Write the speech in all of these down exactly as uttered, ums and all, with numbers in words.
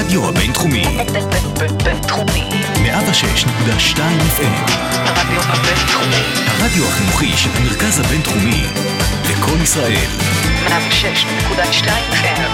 הרדיו הבינתחומי. בינתחומי. מאה ושש נקודה שתיים אף אם. הרדיו הבינתחומי. הרדיו החינוכי של המרכז הבינתחומי. לקום ישראל. מאה ושש נקודה שתיים אף אם.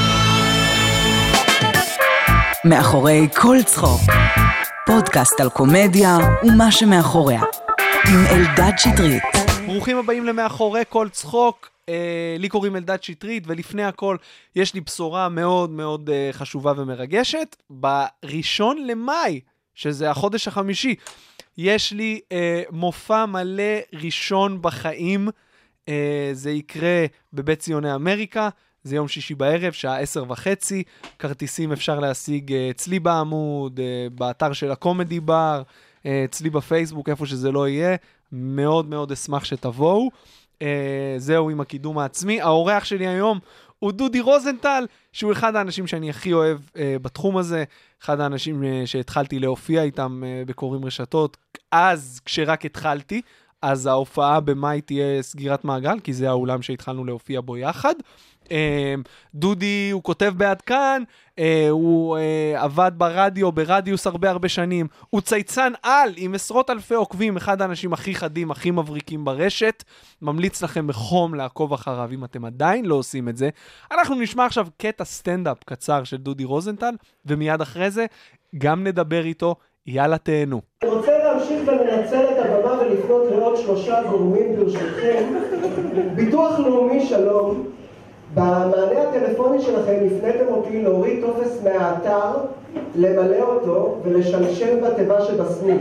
מאחורי כל צחוק. פודקאסט על קומדיה ומה שמאחוריה. עם אלדד שטרית. ברוכים הבאים למאחורי כל צחוק. אה, לי קוראים אלדד שטרית, ולפני הכל יש לי בשורה מאוד מאוד אה, חשובה ומרגשת. בראשון למאי, שזה החודש החמישי, יש לי אה, מופע מלא ראשון בחיים. אה, זה יקרה בבית ציוני אמריקה. זה יום שישי בערב, שעה עשר וחצי. כרטיסים אפשר להשיג אצלי בעמוד, באתר של הקומדי בר, אצלי בפייסבוק, איפה שזה לא יהיה. מאוד מאוד אשמח שתבואו. זהו עם הקידום העצמי. האורח שלי היום הוא דודי רוזנטל, שהוא אחד האנשים שאני הכי אוהב בתחום הזה. אחד האנשים שהתחלתי להופיע איתם בקוראים רשתות. אז כשרק התחלתי, אז ההופעה במאי תהיה סגירת מעגל, כי זה האולם שהתחלנו להופיע בו יחד. דודי הוא כותב בעד כאן, הוא עבד ברדיו, ברדיוס הרבה הרבה שנים, הוא צייצן על עם עשרות אלפי עוקבים, אחד האנשים הכי חדים, הכי מבריקים ברשת. ממליץ לכם בחום לעקוב אחריו אם אתם עדיין לא עושים את זה. אנחנו נשמע עכשיו קטע סטנדאפ קצר של דודי רוזנטל, ומיד אחרי זה גם נדבר איתו. יאללה תהנו. אני רוצה להמשיך ולנצל את הבמה ולפנות לעוד שלושה גורמים ברשותכם. ביטוח לאומי, שלום. במענה הטלפוני שלכם הפניתם אותי להוריד טופס מהאתר, למלא אותו ולשלשל בתיבה שבסניף.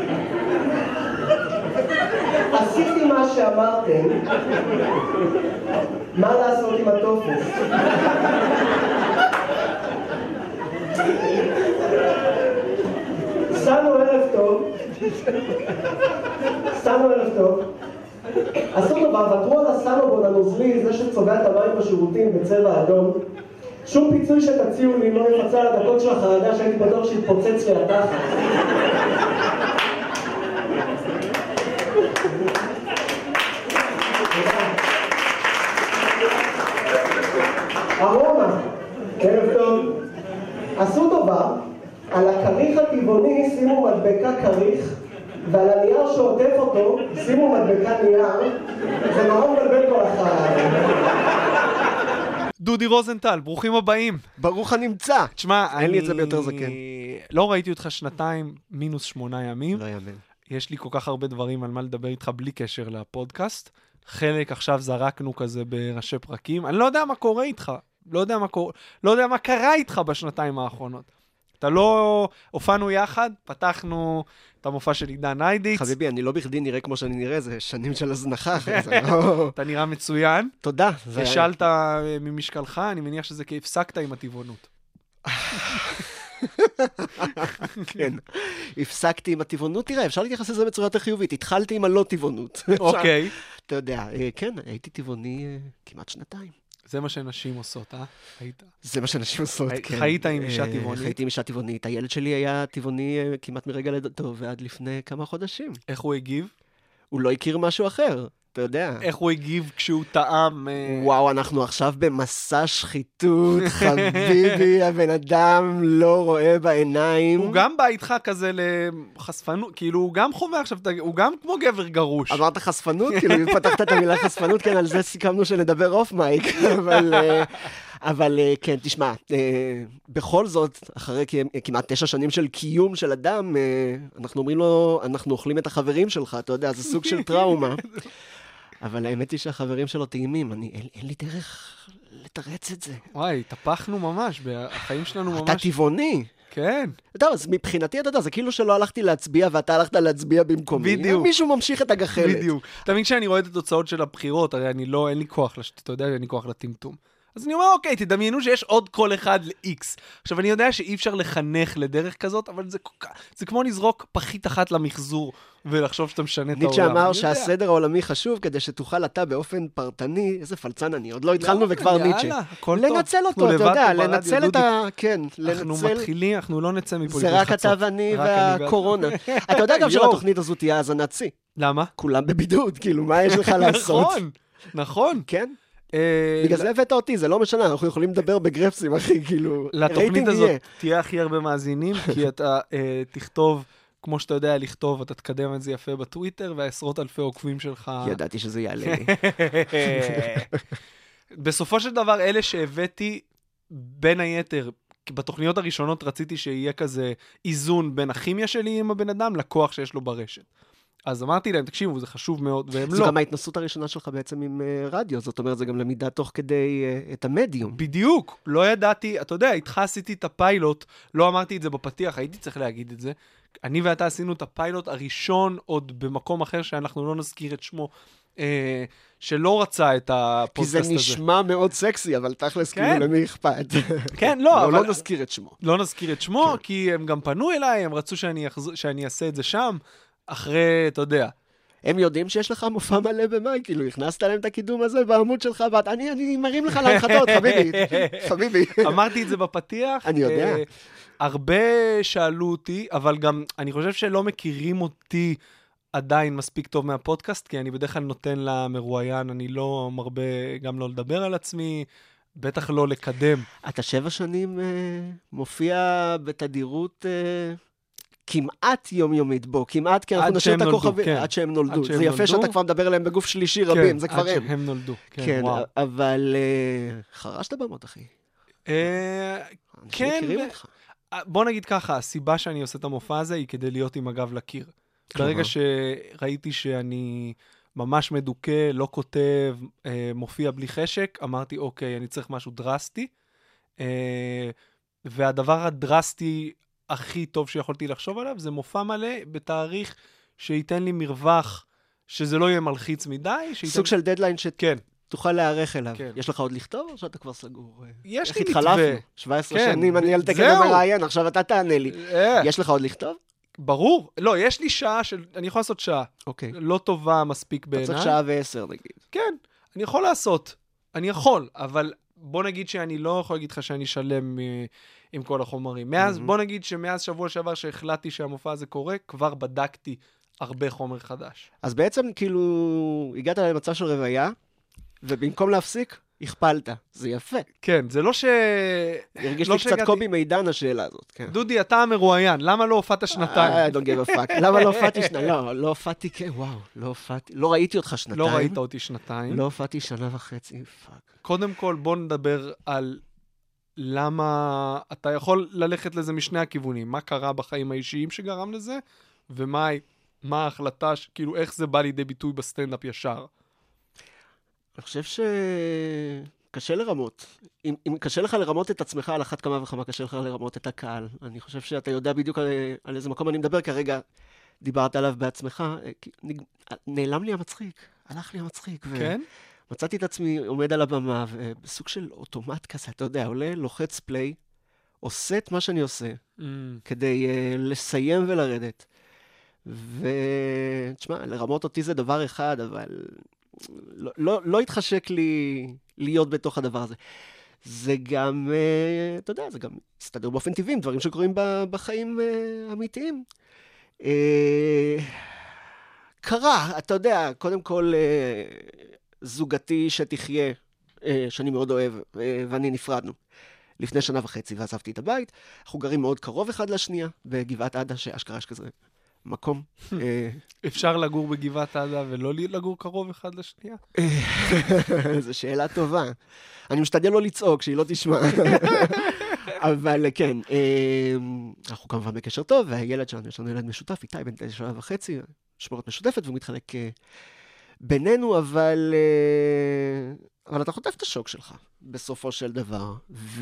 עשיתי מה שאמרתם. מה לעשות עם הטופס? סנו ערב טוב. סנו ערב טוב. עשו דבר, ותרו על הסנובון הנוזלי, זה שצובע את המים בשירותים בצבע אדום. שום פיצוי שתציעו לי לא יפצה על הדקות של החרדה שהייתי בטוח שהתפוצץ לי התחת. ארומה, ערב טוב. עשו דבר, על הכריך הטבעוני שימו מדבקה כריך, ועל הנייר שעוטף אותו, שימו מדבקה נייר, זה נורא מבלבל כל החיים. דודי רוזנטל, ברוכים הבאים. ברוך הנמצא. תשמע, אין אני... לי את זה ביותר זקן. לא ראיתי אותך שנתיים, מינוס שמונה ימים. לא יאמן. יש לי כל כך הרבה דברים על מה לדבר איתך בלי קשר לפודקאסט. חלק עכשיו זרקנו כזה בראשי פרקים. אני לא יודע מה קורה איתך. לא יודע מה קורה, לא יודע מה קרה איתך בשנתיים האחרונות. אתה לא... הופענו יחד, פתחנו את המופע של עידן איידיץ. חביבי, אני לא בכדי נראה כמו שאני נראה, זה שנים של הזנחה. אתה נראה מצוין. תודה. השלת ממשקלך, אני מניח שזה כי הפסקת עם הטבעונות. כן, הפסקתי עם הטבעונות. תראה, אפשר להתייחס לזה בצורה יותר חיובית. התחלתי עם הלא טבעונות. אוקיי. אתה יודע, כן, הייתי טבעוני כמעט שנתיים. זה מה שנשים עושות, אה? היית. זה מה שנשים עושות, כן. חיית עם אישה טבעונית? חייתי עם אישה טבעונית. הילד שלי היה טבעוני כמעט מרגע לידתו ועד לפני כמה חודשים. איך הוא הגיב? הוא לא הכיר משהו אחר, אתה יודע. איך הוא הגיב כשהוא טעם? וואו, אנחנו עכשיו במסע שחיתות, חביבי, הבן אדם לא רואה בעיניים. הוא גם בא איתך כזה לחשפנות, כאילו הוא גם חווה עכשיו, הוא גם כמו גבר גרוש. אמרת חשפנות? כאילו פתחת את המילה חשפנות, כן, על זה סיכמנו שנדבר אוף מייק, אבל... אבל כן, תשמע, בכל זאת, אחרי כמעט תשע שנים של קיום של אדם, אנחנו אומרים לו, אנחנו אוכלים את החברים שלך, אתה יודע, זה סוג של טראומה. אבל האמת היא שהחברים שלו טעימים, אני, אין, אין לי דרך לתרץ את זה. וואי, תפחנו ממש, החיים שלנו ממש... אתה טבעוני. כן. אתה יודע, אז מבחינתי, אתה יודע, זה כאילו שלא הלכתי להצביע, ואתה הלכת להצביע במקומי. בדיוק. מישהו ממשיך את הגחלת. בדיוק. תמיד כשאני רואה את התוצאות של הבחירות, הרי אני לא, אין לי כוח, אתה יודע, אין לי כוח לטמטום. אז אני אומר, אוקיי, תדמיינו שיש עוד קול אחד ל-X. עכשיו, אני יודע שאי אפשר לחנך לדרך כזאת, אבל זה, זה כמו לזרוק פחית אחת למחזור, ולחשוב שאתה משנה את העולם. ניטשה אמר שהסדר העולמי חשוב, כדי שתוכל אתה באופן פרטני, איזה פלצן אני, עוד לא התחלנו וכבר ניטשה. יאללה, הכל טוב. לנצל אותו, אתה יודע, לנצל את ה... כן, אנחנו מתחילים, אנחנו לא נצא מפה. זה רק אתה ואני והקורונה. אתה יודע גם שלתוכנית הזאת תהיה האזנת שיא. למה? כולם בבידוד, כאילו, מה יש לך לעשות? נכון, נכון. כן? אה, בגלל זה הבאת אותי, זה לא משנה, אנחנו יכולים לדבר בגרפסים, אחי, כאילו, לתוכנית רייטינג הזאת יהיה. תהיה הכי הרבה מאזינים, כי אתה אה, תכתוב, כמו שאתה יודע לכתוב, אתה תקדם את זה יפה בטוויטר, והעשרות אלפי עוקבים שלך... ידעתי שזה יעלה לי. בסופו של דבר, אלה שהבאתי, בין היתר, בתוכניות הראשונות רציתי שיהיה כזה איזון בין הכימיה שלי עם הבן אדם, לכוח שיש לו ברשת. אז אמרתי להם, תקשיבו, זה חשוב מאוד, והם לא. זו גם ההתנסות הראשונה שלך בעצם עם uh, רדיו, זאת אומרת, זה גם למידה תוך כדי uh, את המדיום. בדיוק, לא ידעתי, אתה יודע, איתך עשיתי את הפיילוט, לא אמרתי את זה בפתיח, הייתי צריך להגיד את זה. אני ואתה עשינו את הפיילוט הראשון, עוד במקום אחר שאנחנו לא נזכיר את שמו, אה, שלא רצה את הפודקאסט הזה. כי זה נשמע מאוד סקסי, אבל תכלס, כן. כאילו, למי אכפת? כן, לא, אבל... לא נזכיר את שמו. לא נזכיר את שמו, כן. כי הם גם פנו אליי, הם רצו שאני, אחז... שאני אעשה את זה שם, אחרי, אתה יודע. הם יודעים שיש לך מופע מלא במאי, כאילו, הכנסת להם את הקידום הזה בעמוד שלך, ואת, אני, אני מרים לך להנחתות, חביבי, חביבי. אמרתי את זה בפתיח. אני יודע. אה, הרבה שאלו אותי, אבל גם, אני חושב שלא מכירים אותי עדיין מספיק טוב מהפודקאסט, כי אני בדרך כלל נותן למרואיין, אני לא מרבה גם לא לדבר על עצמי, בטח לא לקדם. אתה שבע שנים אה, מופיע בתדירות... אה... כמעט יומיומית בו, כמעט, כי אנחנו נשאיר את הכוכבים, כן. עד שהם נולדו. עד שהם זה יפה נולדו. שאתה כבר מדבר עליהם בגוף שלישי רבים, זה כבר כן, הם. עד שהם נולדו, כן, כן, וואו. אבל uh, חרשת במות, אחי. אה, אנשים כן, מכירים ו- אותך. בוא נגיד ככה, הסיבה שאני עושה את המופע הזה היא כדי להיות עם הגב לקיר. ברגע שראיתי שאני ממש מדוכא, לא כותב, אה, מופיע בלי חשק, אמרתי, אוקיי, אני צריך משהו דרסטי. אה, והדבר הדרסטי הכי טוב שיכולתי לחשוב עליו, זה מופע מלא בתאריך שייתן לי מרווח, שזה לא יהיה מלחיץ מדי. שייתן... סוג של דדליין כן. שתוכל להיערך אליו. כן. יש לך עוד לכתוב, או שאתה כבר סגור? יש איך לי התחלפנו? מתווה. שבע עשרה כן, שנים, אני על תקן זהו. המראיין, עכשיו אתה תענה לי. אה, יש לך עוד לכתוב? ברור. לא, יש לי שעה של... אני יכול לעשות שעה. אוקיי. לא טובה מספיק אתה בעיניי. צריך שעה ועשר, נגיד. כן, אני יכול לעשות. אני יכול, אבל בוא נגיד שאני לא יכול להגיד לך שאני שלם אה, עם כל החומרים. מאז, Mhm. בוא נגיד שמאז שבוע שעבר שהחלטתי שהמופע הזה קורה, כבר בדקתי הרבה חומר חדש. אז בעצם, כאילו, הגעת למצב של רוויה, ובמקום להפסיק, הכפלת. זה יפה. כן, זה לא ש... הרגיש לא לי קצת שהגעתי- קובי מידן השאלה הזאת, כן. דודי, אתה המרואיין, למה לא הופעת שנתיים? I don't give a fuck. למה לא הופעתי שנתיים? לא, לא הופעתי, כן, וואו, לא הופעתי. לא ראיתי אותך שנתיים. לא ראית אותי שנתיים. לא הופעתי שנה וחצי, פאק. קודם כל, בוא נדבר על למה אתה יכול ללכת לזה משני הכיוונים. מה קרה בחיים האישיים שגרם לזה, ומה מה ההחלטה, ש- כאילו, איך זה בא לידי ביטוי בסטנדאפ ישר. אני חושב שקשה לרמות. אם, אם קשה לך לרמות את עצמך, על אחת כמה וכמה קשה לך לרמות את הקהל. אני חושב שאתה יודע בדיוק על, על איזה מקום אני מדבר, כרגע דיברת עליו בעצמך. כי נג- נעלם לי המצחיק, הלך לי המצחיק. ו- כן? מצאתי את עצמי עומד על הבמה, ובסוג של אוטומט כזה, אתה יודע, עולה, לוחץ פליי, עושה את מה שאני עושה, Mm, כדי uh, לסיים ולרדת. ותשמע, לרמות אותי זה דבר אחד, אבל לא, לא, לא התחשק לי להיות בתוך הדבר הזה. זה גם, uh, אתה יודע, זה גם הסתדר באופן טבעי, עם דברים שקורים ב- בחיים uh, אמיתיים. Uh, קרה, אתה יודע, קודם כל, uh, זוגתי שתחיה, uh, שאני מאוד אוהב, uh, ואני נפרדנו. לפני שנה וחצי ועזבתי את הבית. אנחנו גרים מאוד קרוב אחד לשנייה, בגבעת עדה, שאשכרה יש כזה מקום. אה, אפשר לגור בגבעת עדה ולא לגור קרוב אחד לשנייה? זו שאלה טובה. אני משתדל לא לצעוק, שהיא לא תשמע. אבל כן, אה, אנחנו כמובן בקשר טוב, והילד שלנו, יש לנו ילד משותף, איתי בן תשע וחצי, משמורת משותפת, והוא מתחלק אה, בינינו, אבל... אה, אבל אתה חוטף את השוק שלך, בסופו של דבר.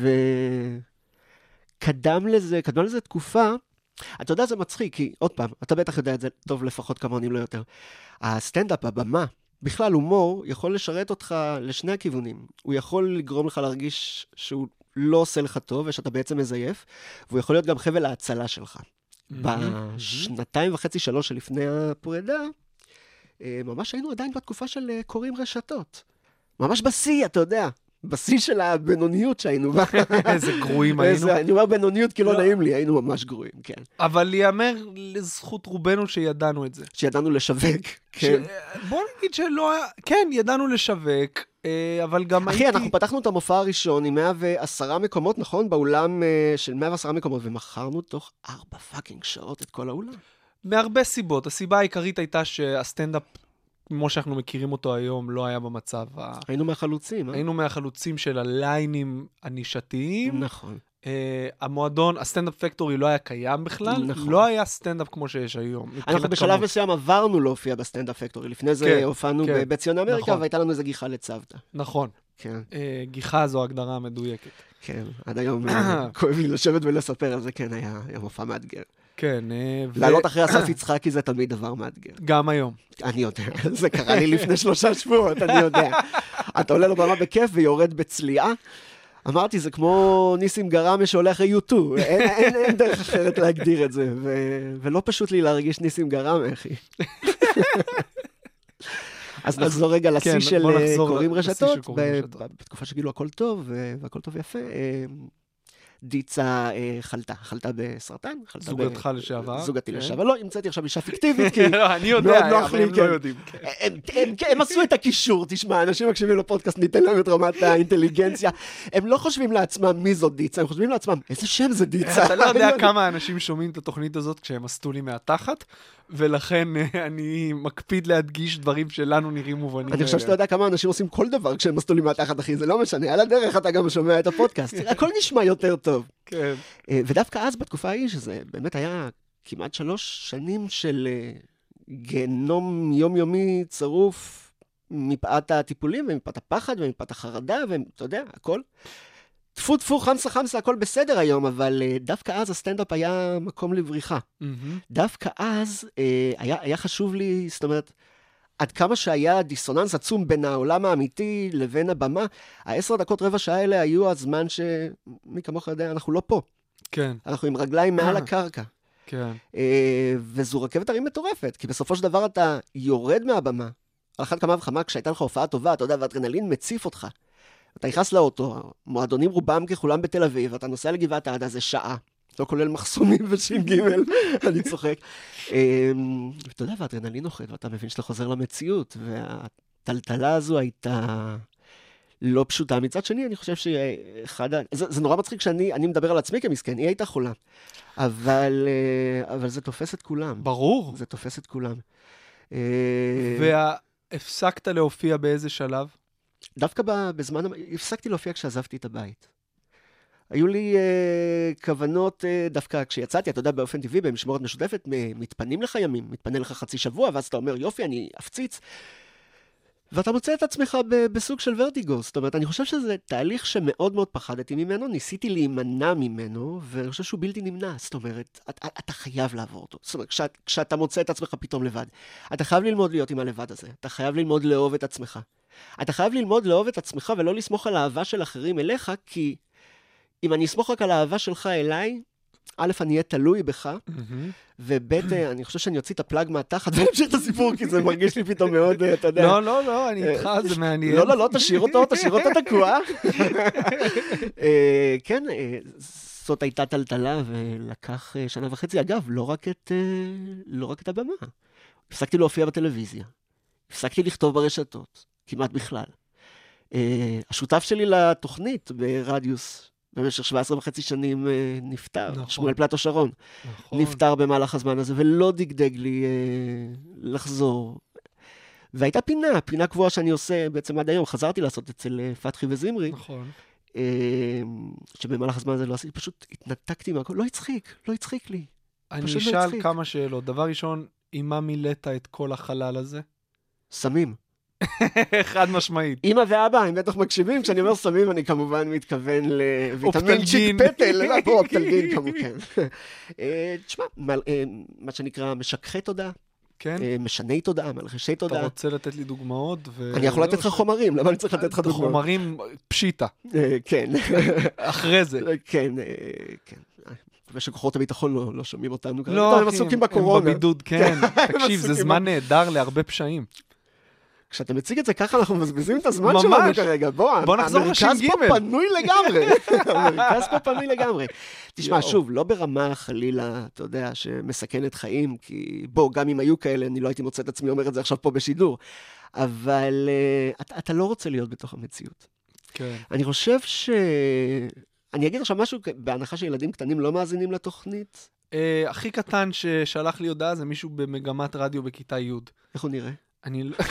וקדם לזה, קדמה לזה תקופה, אתה יודע, זה מצחיק, כי עוד פעם, אתה בטח יודע את זה טוב לפחות כמוני, לא יותר. הסטנדאפ, הבמה, בכלל הומור, יכול לשרת אותך לשני הכיוונים. הוא יכול לגרום לך להרגיש שהוא לא עושה לך טוב, ושאתה בעצם מזייף, והוא יכול להיות גם חבל ההצלה שלך. בשנתיים וחצי, שלוש שלפני הפרידה, ממש היינו עדיין בתקופה של קוראים רשתות. ממש בשיא, אתה יודע. בשיא של הבינוניות שהיינו בה. איזה גרועים היינו. איזה, אני אומר בינוניות כי לא נעים לי, היינו ממש גרועים, כן. אבל יאמר לזכות רובנו שידענו את זה. שידענו לשווק, כן. בוא נגיד שלא היה, כן, ידענו לשווק, אבל גם הייתי... אחי, אנחנו פתחנו את המופע הראשון עם מאה ועשרה מקומות, נכון? באולם של מאה ועשרה מקומות, ומכרנו תוך ארבע פאקינג שעות את כל האולם. מהרבה סיבות. הסיבה העיקרית הייתה שהסטנדאפ, כמו שאנחנו מכירים אותו היום, לא היה במצב ה... היינו מהחלוצים, אה? היינו מהחלוצים של הליינים הנישתיים. נכון. Uh, המועדון, הסטנדאפ פקטורי לא היה קיים בכלל, נכון. לא היה סטנדאפ כמו שיש היום. אנחנו בשלב כמות. מסוים עברנו להופיע בסטנדאפ פקטורי, לפני זה כן, הופענו כן. בבית ציון אמריקה, נכון. והייתה לנו איזה גיחה לצוותא. נכון. כן. Uh, גיחה זו הגדרה המדויקת. כן, עד היום כואב לי לשבת ולספר על זה, כן, היה, היה מופע מאתגר. כן. Uh, לעלות ו... אחרי אסף יצחקי זה תמיד דבר מאתגר. גם היום. אני יודע, זה קרה לי לפני שלושה שבועות, אני יודע. אתה עולה לבמה בכיף ויורד בצליעה, אמרתי, זה כמו ניסים גרמה שעולה אחרי יו טו, אין, אין, אין דרך אחרת להגדיר את זה, ו... ולא פשוט לי להרגיש ניסים גרמה, אחי. אז נחזור רגע לשיא של קוראים רשתות, בתקופה שגילו הכל טוב, והכל טוב יפה. דיצה חלתה, חלתה בסרטן. זוגתך לשעבר. זוגתי לשעבר. לא, המצאתי עכשיו אישה פיקטיבית, כי אני יודע, אבל הם לא יודעים. הם עשו את הקישור, תשמע, אנשים מקשיבים לפודקאסט, ניתן להם את רמת האינטליגנציה. הם לא חושבים לעצמם מי זאת דיצה, הם חושבים לעצמם, איזה שם זה דיצה. אתה לא יודע כמה אנשים שומעים את התוכנית הזאת כשהם עשו לי מהתחת, ולכן אני מקפיד להדגיש דברים שלנו נראים מובנים. אני חושב שאתה יודע כמה אנשים עושים כל דבר כשהם עשו לי מהתחת, אחי, זה לא משנה, על הדרך אתה גם שומע את הפודקאסט. הכל נשמע יותר טוב. כן. ודווקא אז בתקופה ההיא, שזה באמת היה כמעט שלוש שנים של גיהנום יומיומי צרוף מפאת הטיפולים ומפאת הפחד ומפאת החרדה ואתה יודע, הכל. טפו טפו, חמסה חמסה, הכל בסדר היום, אבל דווקא אז הסטנדאפ היה מקום לבריחה. דווקא אז היה, היה חשוב לי, זאת אומרת, עד כמה שהיה דיסוננס עצום בין העולם האמיתי לבין הבמה, העשר דקות רבע שעה האלה היו הזמן שמי כמוך יודע, אנחנו לא פה. כן. אנחנו עם רגליים מעל הקרקע. כן. וזו רכבת הרים מטורפת, כי בסופו של דבר אתה יורד מהבמה, על אחת כמה וכמה, כשהייתה לך הופעה טובה, אתה יודע, והאדרנלין מציף אותך. אתה נכנס לאוטו, מועדונים רובם ככולם בתל אביב, אתה נוסע לגבעת העדה, זה שעה. לא כולל מחסומים ושין גימל, אני צוחק. ואתה יודע, והאדרנלין נוחת, ואתה מבין שאתה חוזר למציאות, והטלטלה הזו הייתה לא פשוטה. מצד שני, אני חושב שאחד... זה, זה נורא מצחיק שאני אני מדבר על עצמי כמסכן, היא הייתה חולה. אבל, אבל זה תופס את כולם. ברור. זה תופס את כולם. והפסקת להופיע באיזה שלב? דווקא בזמן... הפסקתי להופיע כשעזבתי את הבית. היו לי uh, כוונות, uh, דווקא כשיצאתי, אתה יודע, באופן טבעי, במשמורת משותפת, מתפנים לך ימים, מתפנה לך חצי שבוע, ואז אתה אומר, יופי, אני אפציץ. ואתה מוצא את עצמך ב- בסוג של ורטיגו. זאת אומרת, אני חושב שזה תהליך שמאוד מאוד פחדתי ממנו, ניסיתי להימנע ממנו, ואני חושב שהוא בלתי נמנע. זאת אומרת, אתה, אתה חייב לעבור אותו. זאת אומרת, כשאת, כשאתה מוצא את עצמך פתאום לבד, אתה חייב ללמוד להיות עם הלבד הזה. אתה חייב ללמוד לאהוב את עצמך. אתה חייב ללמוד לאהוב את עצמך ולא לסמוך על האהבה של אחרים אליך, כי אם אני אסמוך רק על האהבה שלך אליי, א', אני אהיה תלוי בך, וב', אני חושב שאני אוציא את הפלאג מהתחת ואמשיך את הסיפור, כי זה מרגיש לי פתאום מאוד, אתה יודע. לא, לא, לא, אני איתך, זה מעניין. לא, לא, לא, תשאיר אותו, תשאיר אותו תקוע. כן, זאת הייתה טלטלה, ולקח שנה וחצי. אגב, לא רק את, לא רק את הבמה. הפסקתי להופיע בטלוויזיה. הפסקתי לכתוב ברשתות, כמעט בכלל. השותף שלי לתוכנית ברדיוס, במשך שבע עשרה וחצי שנים נפטר, נכון. שמואל פלטו שרון, נכון. נפטר במהלך הזמן הזה, ולא דגדג לי אה, לחזור. והייתה פינה, פינה קבועה שאני עושה בעצם עד היום, חזרתי לעשות אצל אה, פתחי וזמרי, נכון. אה, שבמהלך הזמן הזה לא עשיתי, פשוט התנתקתי מהכל, לא הצחיק, לא הצחיק לי. אני אשאל לא כמה שאלות. דבר ראשון, עם מה מילאת את כל החלל הזה? סמים. חד משמעית. אמא ואבא, הם בטח מקשיבים, כשאני אומר סמים, אני כמובן מתכוון לויטמין צ'יק פטל, לא, אופטלגין כמובן. תשמע, מה שנקרא משככי תודעה, משני תודעה, מלחישי תודעה. אתה רוצה לתת לי דוגמאות? אני יכול לתת לך חומרים, למה אני צריך לתת לך דוגמאות? חומרים פשיטה. כן. אחרי זה. כן, כן. ושכוחות הביטחון לא שומעים אותנו. לא, הם בבידוד, כן. תקשיב, זה זמן נהדר להרבה פשעים. כשאתה מציג את זה ככה, אנחנו מבזבזים את הזמן ממש. שלנו כרגע. בוא, בוא נחזור המרכז לש"ג. פה פנוי לגמרי. המרכז פה פנוי לגמרי. תשמע, יואו. שוב, לא ברמה חלילה, אתה יודע, שמסכנת חיים, כי בוא, גם אם היו כאלה, אני לא הייתי מוצא את עצמי אומר את זה עכשיו פה בשידור. אבל uh, אתה, אתה לא רוצה להיות בתוך המציאות. כן. אני חושב ש... אני אגיד עכשיו משהו, בהנחה שילדים קטנים לא מאזינים לתוכנית, אה, הכי קטן ששלח לי הודעה זה מישהו במגמת רדיו בכיתה י'. איך הוא נראה? אני לא...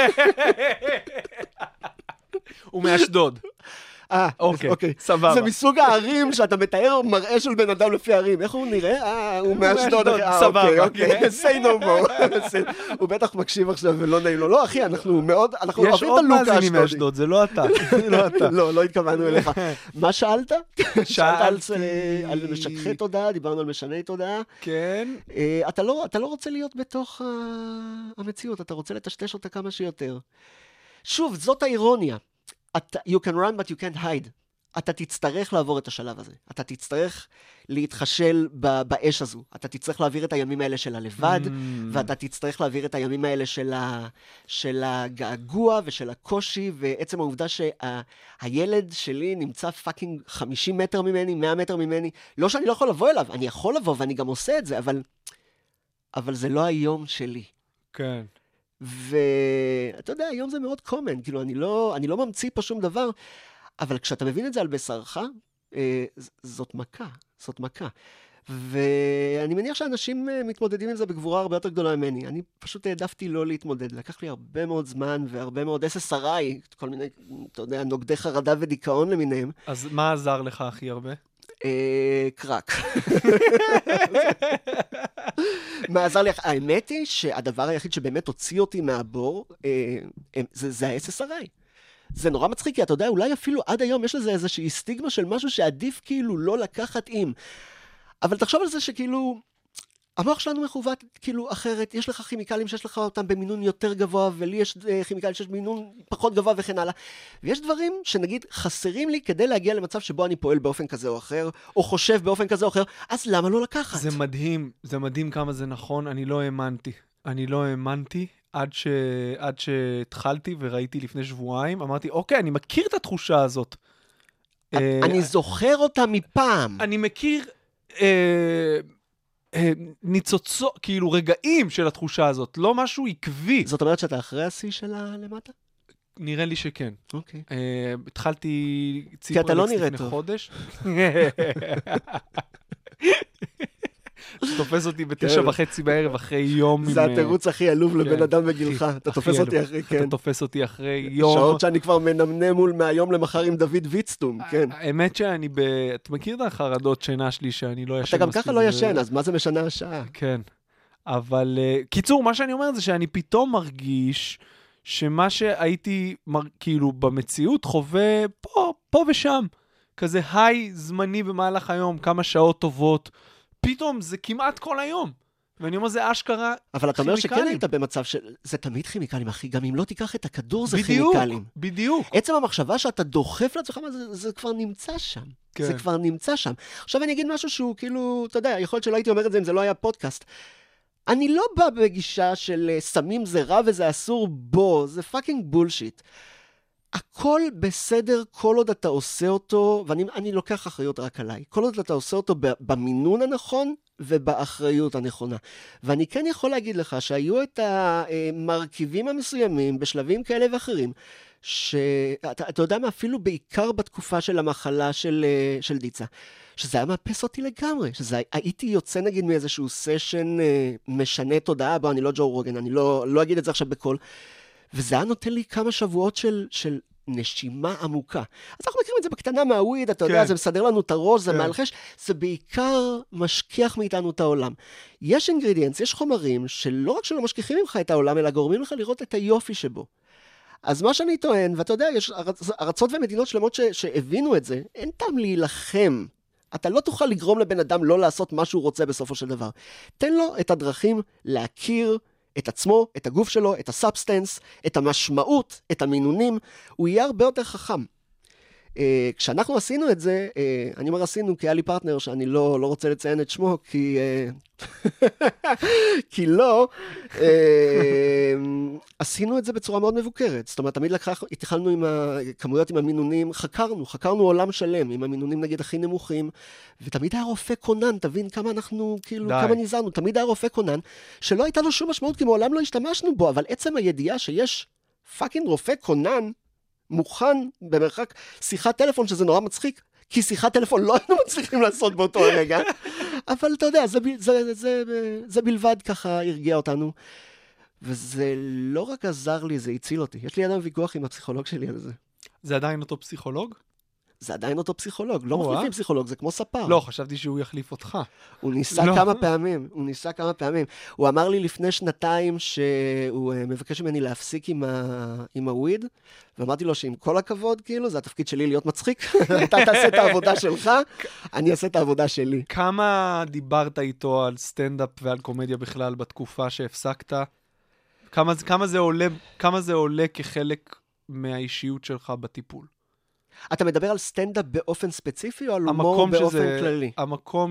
הוא מאשדוד. אה, אוקיי, אוקיי. סבבה. זה מסוג הערים שאתה מתאר מראה של בן אדם לפי הערים. איך הוא נראה? אה, הוא מאשדוד. אה, סבבה, אוקיי, אוקיי. say no more. הוא בטח מקשיב עכשיו ולא נעים לו. לא, אחי, אנחנו מאוד, אנחנו יש אוהבים את עוד הלוק מאזינים האשדודי. מאשדוד, זה לא אתה. זה לא אתה. לא, לא התכוונו אליך. מה שאלת? שאלת על- שאלתי- על משככי תודעה, דיברנו על משני תודעה. כן. אה, אתה לא, אתה לא רוצה להיות בתוך ה- המציאות, אתה רוצה לטשטש אותה כמה שיותר. שוב, זאת האירוניה. אתה, you can run but you can't hide. אתה תצטרך לעבור את השלב הזה. אתה תצטרך להתחשל ב- באש הזו. אתה תצטרך להעביר את הימים האלה של הלבד, Mm. ואתה תצטרך להעביר את הימים האלה של, ה, של הגעגוע ושל הקושי, ועצם העובדה שהילד שלי נמצא פאקינג חמישים מטר ממני, מאה מטר ממני. לא שאני לא יכול לבוא אליו, אני יכול לבוא ואני גם עושה את זה, אבל, אבל זה לא היום שלי. כן. ואתה יודע, היום זה מאוד common, כאילו, אני לא, אני לא ממציא פה שום דבר, אבל כשאתה מבין את זה על בשרך, אה, ז- זאת מכה, זאת מכה. ואני מניח שאנשים אה, מתמודדים עם זה בגבורה הרבה יותר גדולה ממני. אני פשוט העדפתי לא להתמודד. לקח לי הרבה מאוד זמן והרבה מאוד אס אס אר איי, כל מיני, אתה יודע, נוגדי חרדה ודיכאון למיניהם. אז מה עזר לך הכי הרבה? אה, קרק. מה עזר לי? האמת היא שהדבר היחיד שבאמת הוציא אותי מהבור, אה, אה, זה, זה ה-אס אס אר איי. זה נורא מצחיק, כי אתה יודע, אולי אפילו עד היום יש לזה איזושהי סטיגמה של משהו שעדיף כאילו לא לקחת עם. אבל תחשוב על זה שכאילו, המוח שלנו מכוות כאילו אחרת, יש לך כימיקלים שיש לך אותם במינון יותר גבוה, ולי יש אה, כימיקלים שיש במינון פחות גבוה וכן הלאה. ויש דברים שנגיד חסרים לי כדי להגיע למצב שבו אני פועל באופן כזה או אחר, או חושב באופן כזה או אחר, אז למה לא לקחת? זה מדהים, זה מדהים כמה זה נכון, אני לא האמנתי. אני לא האמנתי עד ש... עד שהתחלתי וראיתי לפני שבועיים, אמרתי, אוקיי, אני מכיר את התחושה הזאת. אה, אני זוכר אותה מפעם. אני מכיר אה, אה, ניצוצות, כאילו רגעים של התחושה הזאת, לא משהו עקבי. זאת אומרת שאתה אחרי השיא שלה למטה? נראה לי שכן. אוקיי. אה, התחלתי כי אתה לא ציפרלקס נראה לפני טוב. חודש. תופס אותי בתשע וחצי בערב אחרי יום. זה עם, התירוץ הכי עלוב לבן כן. אדם בגילך. הכי- אתה הכי תופס אותי עלוב. אחרי, אתה כן. תופס אותי אחרי יום. שעות שאני כבר מנמנם מול מהיום למחר עם דוד ויצטום, כן. האמת שאני ב... אתה מכיר את החרדות שינה שלי שאני לא ישן אתה גם מספיק, ככה לא זה- ישן, אז מה זה משנה השעה? כן. אבל uh, קיצור, מה שאני אומר זה שאני פתאום מרגיש שמה שהייתי מר... כאילו במציאות חווה פה, פה ושם. כזה היי זמני במהלך היום, כמה שעות טובות. פתאום זה כמעט כל היום. ואני אומר, זה אשכרה אבל אתה אומר שכן כימיקלים. היית במצב של... זה תמיד כימיקלים, אחי. גם אם לא תיקח את הכדור זה בדיוק, כימיקלים. בדיוק. עצם המחשבה שאתה דוחף לעצמך, זה, זה כבר נמצא שם. כן. זה כבר נמצא שם. עכשיו אני אגיד משהו שהוא כאילו, אתה יודע, יכול להיות שלא הייתי אומר את זה אם זה לא היה פודקאסט. אני לא בא בגישה של אה, סמים זה רע וזה אסור בו, זה פאקינג בולשיט. הכל בסדר כל עוד אתה עושה אותו, ואני אני לוקח אחריות רק עליי, כל עוד אתה עושה אותו ב- במינון הנכון ובאחריות הנכונה. ואני כן יכול להגיד לך שהיו את המרכיבים המסוימים בשלבים כאלה ואחרים, שאתה אתה יודע מה, אפילו בעיקר בתקופה של המחלה של, אה, של דיצה, שזה היה מאפס אותי לגמרי, שזה הייתי יוצא נגיד מאיזשהו סשן אה, משנה תודעה, בוא אני לא ג'ו רוגן, אני לא, לא אגיד את זה עכשיו בכל, וזה היה נותן לי כמה שבועות של, של נשימה עמוקה. אז אנחנו מכירים את זה בקטנה מהוויד, אתה כן. יודע, זה מסדר לנו את הראש, זה כן. מהלחש, זה בעיקר משכיח מאיתנו את העולם. יש אינגרידיאנס, יש חומרים שלא רק שלא משכיחים ממך את העולם, אלא גורמים לך לראות את היופי שבו. אז מה שאני טוען, ואתה יודע, יש ארצ... ארצות ומדינות שלמות ש... שהבינו את זה, אין טעם להילחם. אתה לא תוכל לגרום לבן אדם לא לעשות מה שהוא רוצה בסופו של דבר. תן לו את הדרכים להכיר את עצמו, את הגוף שלו, את הסאבסטנס, את המשמעות, את המינונים, הוא יהיה הרבה יותר חכם. אה, כשאנחנו עשינו את זה, אה, אני אומר עשינו כי היה לי פרטנר שאני לא, לא רוצה לציין את שמו, כי, אה, כי לא, אה, עשינו את זה בצורה מאוד מבוקרת. זאת אומרת, תמיד לקח, התחלנו עם הכמויות, עם המינונים, חקרנו, חקרנו עולם שלם, עם המינונים נגיד הכי נמוכים, ותמיד היה רופא קונן, תבין כמה אנחנו, כאילו, די. כמה ניזרנו, תמיד היה רופא קונן, שלא הייתה לו שום משמעות, כי מעולם לא השתמשנו בו, אבל עצם הידיעה שיש פאקינג רופא קונן, מוכן במרחק שיחת טלפון, שזה נורא מצחיק, כי שיחת טלפון לא היינו מצליחים לעשות באותו הרגע, אבל אתה יודע, זה, זה, זה, זה, זה בלבד ככה הרגיע אותנו, וזה לא רק עזר לי, זה הציל אותי. יש לי עדיין ויכוח עם הפסיכולוג שלי על זה. זה עדיין אותו פסיכולוג? זה עדיין אותו פסיכולוג, לא מחליפים פסיכולוג, זה כמו ספר. לא, חשבתי שהוא יחליף אותך. הוא ניסה לא. כמה פעמים, הוא ניסה כמה פעמים. הוא אמר לי לפני שנתיים שהוא uh, מבקש ממני להפסיק עם, ה... עם הוויד, ואמרתי לו שעם כל הכבוד, כאילו, זה התפקיד שלי להיות מצחיק. אתה תעשה את העבודה שלך, אני אעשה את העבודה שלי. כמה דיברת איתו על סטנדאפ ועל קומדיה בכלל בתקופה שהפסקת? כמה, כמה זה עולה, כמה זה עולה כחלק מהאישיות שלך בטיפול? אתה מדבר על סטנדאפ באופן ספציפי, או על הומור באופן שזה, כללי? המקום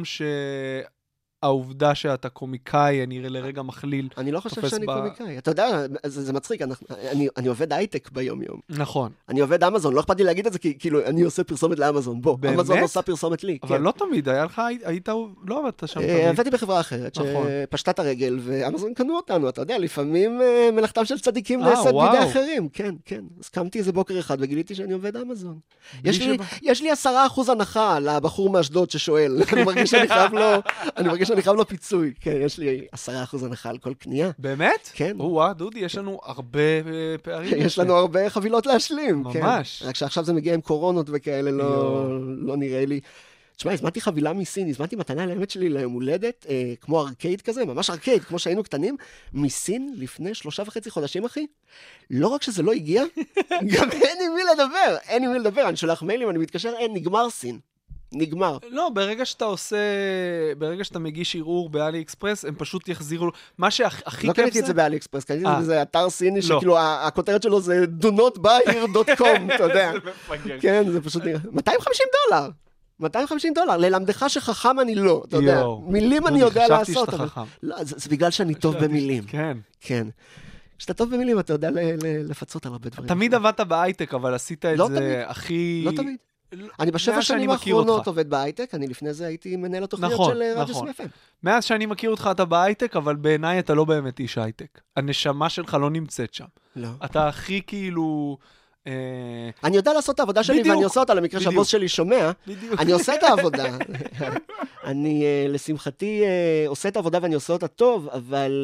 שהעובדה שאתה קומיקאי, אני לרגע מכליל. אני לא חושב שאני ב... קומיקאי. אתה יודע, זה, זה מצחיק, אני, אני, אני עובד הייטק ביום יום. נכון. אני עובד אמזון, לא אכפת לי להגיד את זה, כי כאילו, אני עושה פרסומת לאמזון. בוא, באמת? אמזון עושה פרסומת לי. אבל כן. לא תמיד, היה לך, היית, לא עבדת שם תמיד. עבדתי בחברה אחרת, נכון. שפשטה את הרגל, ואמזון קנו אותנו, אתה יודע, לפעמים מלאכתם של צדיקים נעשית בידי אחרים. כן, כן. אז קמתי איזה בוקר אחד, וגיליתי שאני עובד אמזון. יש לי, יש לי עשרה אחוז הנחה לבחור מאשדוד ששואל. אני מרגיש שאני חייב לו, אני מרגיש שאני חייב לו פיצוי. כן, יש לי עשרה אחוז הנחה על כל קנייה. באמת? כן. וואה, דודי, יש לנו הרבה פערים. יש לנו הרבה חבילות להשלים. ממש. רק שעכשיו זה מגיע עם קורונות וכאלה, לא נראה לי. תשמע, הזמנתי חבילה מסין, הזמנתי מתנה לאמת שלי ליום הולדת, אה, כמו ארקייד כזה, ממש ארקייד, כמו שהיינו קטנים, מסין לפני שלושה וחצי חודשים, אחי. לא רק שזה לא הגיע, גם אין עם מי לדבר, אין עם מי לדבר, אני שולח מיילים, אני מתקשר, אין, נגמר סין. נגמר. לא, ברגע שאתה עושה, ברגע שאתה מגיש ערעור באלי אקספרס, הם פשוט יחזירו, מה שהכי כיף זה... לא קניתי את זה באלי אקספרס, קניתי את זה אתר סיני, שכאילו הכותרת שלו זה do not buy here dot com, אתה יודע. כן, זה פשוט נראה. מאתיים וחמישים דולר. מאתיים וחמישים דולר, ללמדך שחכם אני לא, אתה יודע. מילים אני יודע לעשות. זה בגלל שאני טוב במילים. כן. כן. כשאתה טוב במילים, אתה יודע לפצות על הרבה דברים. תמיד עבדת בהייטק, אבל עשית את זה הכי... לא תמיד. אני בשבע שנים האחרונות עובד בהייטק, אני לפני זה הייתי מנהל התוכניות של רדיו סם-אף אם. מאז שאני מכיר אותך אתה בהייטק, אבל בעיניי אתה לא באמת איש הייטק. הנשמה שלך לא נמצאת שם. לא. אתה הכי כאילו... אני יודע לעשות את העבודה שלי, ואני עושה אותה למקרה שהבוס שלי שומע. אני עושה את העבודה. אני, לשמחתי, עושה את העבודה ואני עושה אותה טוב, אבל...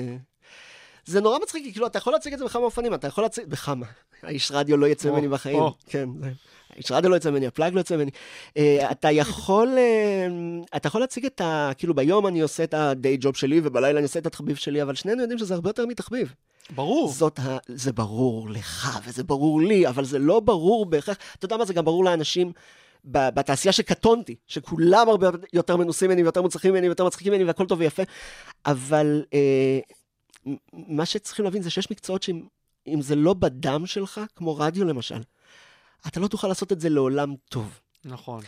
זה נורא מצחיק, כי כאילו, אתה יכול להציג את זה בכמה אופנים, אתה יכול להציג... בכמה. האיש רדיו לא יצא ממני בחיים. כן, זה... האיש רדיו לא יצא ממני, הפלאג לא יצא ממני. אתה יכול... אתה יכול להציג את ה... כאילו, ביום אני עושה את הדיי ג'וב שלי, ובלילה אני עושה את התחביב שלי, אבל שנינו יודעים שזה הרבה יותר מתחביב. ברור. זאת ה... זה ברור לך, וזה ברור לי, אבל זה לא ברור בהכרח. אתה יודע מה, זה גם ברור לאנשים בתעשייה שקטונתי, שכולם הרבה יותר מנוסים ממני, ויותר מוצלחים ממני, ויותר מצחיקים ממני, והכל טוב ויפה. אבל אה, מה שצריכים להבין זה שיש מקצועות שאם זה לא בדם שלך, כמו רדיו למשל, אתה לא תוכל לעשות את זה לעולם טוב. נכון.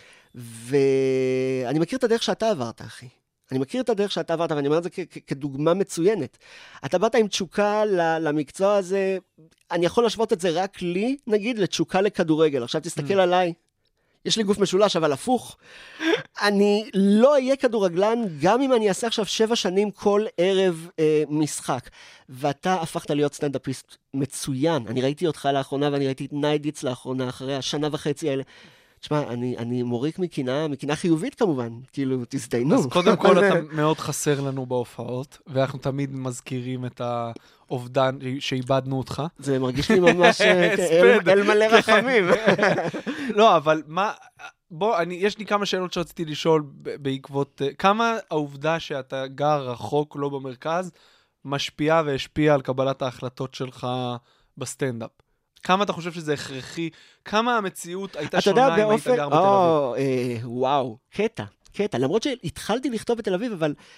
ואני מכיר את הדרך שאתה עברת, אחי. אני מכיר את הדרך שאתה עברת, ואני אומר את זה כ- כ- כדוגמה מצוינת. אתה באת עם תשוקה למקצוע הזה, אני יכול להשוות את זה רק לי, נגיד, לתשוקה לכדורגל. עכשיו תסתכל mm. עליי, יש לי גוף משולש, אבל הפוך. אני לא אהיה כדורגלן, גם אם אני אעשה עכשיו שבע שנים כל ערב אה, משחק. ואתה הפכת להיות סטנדאפיסט מצוין. אני ראיתי אותך לאחרונה, ואני ראיתי את ניידיץ לאחרונה, אחרי השנה וחצי האלה. תשמע, אני, אני מוריק מכינה, מכינה חיובית כמובן, כאילו, תזדיינו. אז קודם כל אתה מאוד חסר לנו בהופעות, ואנחנו תמיד מזכירים את האובדן שאיבדנו אותך. זה מרגיש לי ממש אל, אל מלא רחמים. לא, אבל מה, בוא, אני, יש לי כמה שאלות שרציתי לשאול בעקבות, כמה העובדה שאתה גר רחוק, לא במרכז, משפיעה והשפיעה על קבלת ההחלטות שלך בסטנדאפ? כמה אתה חושב שזה הכרחי? כמה המציאות הייתה שונה אם היית גר בתל אביב? וואו, קטע, קטע. למרות שהתחלתי לכתוב בתל אביב, אבל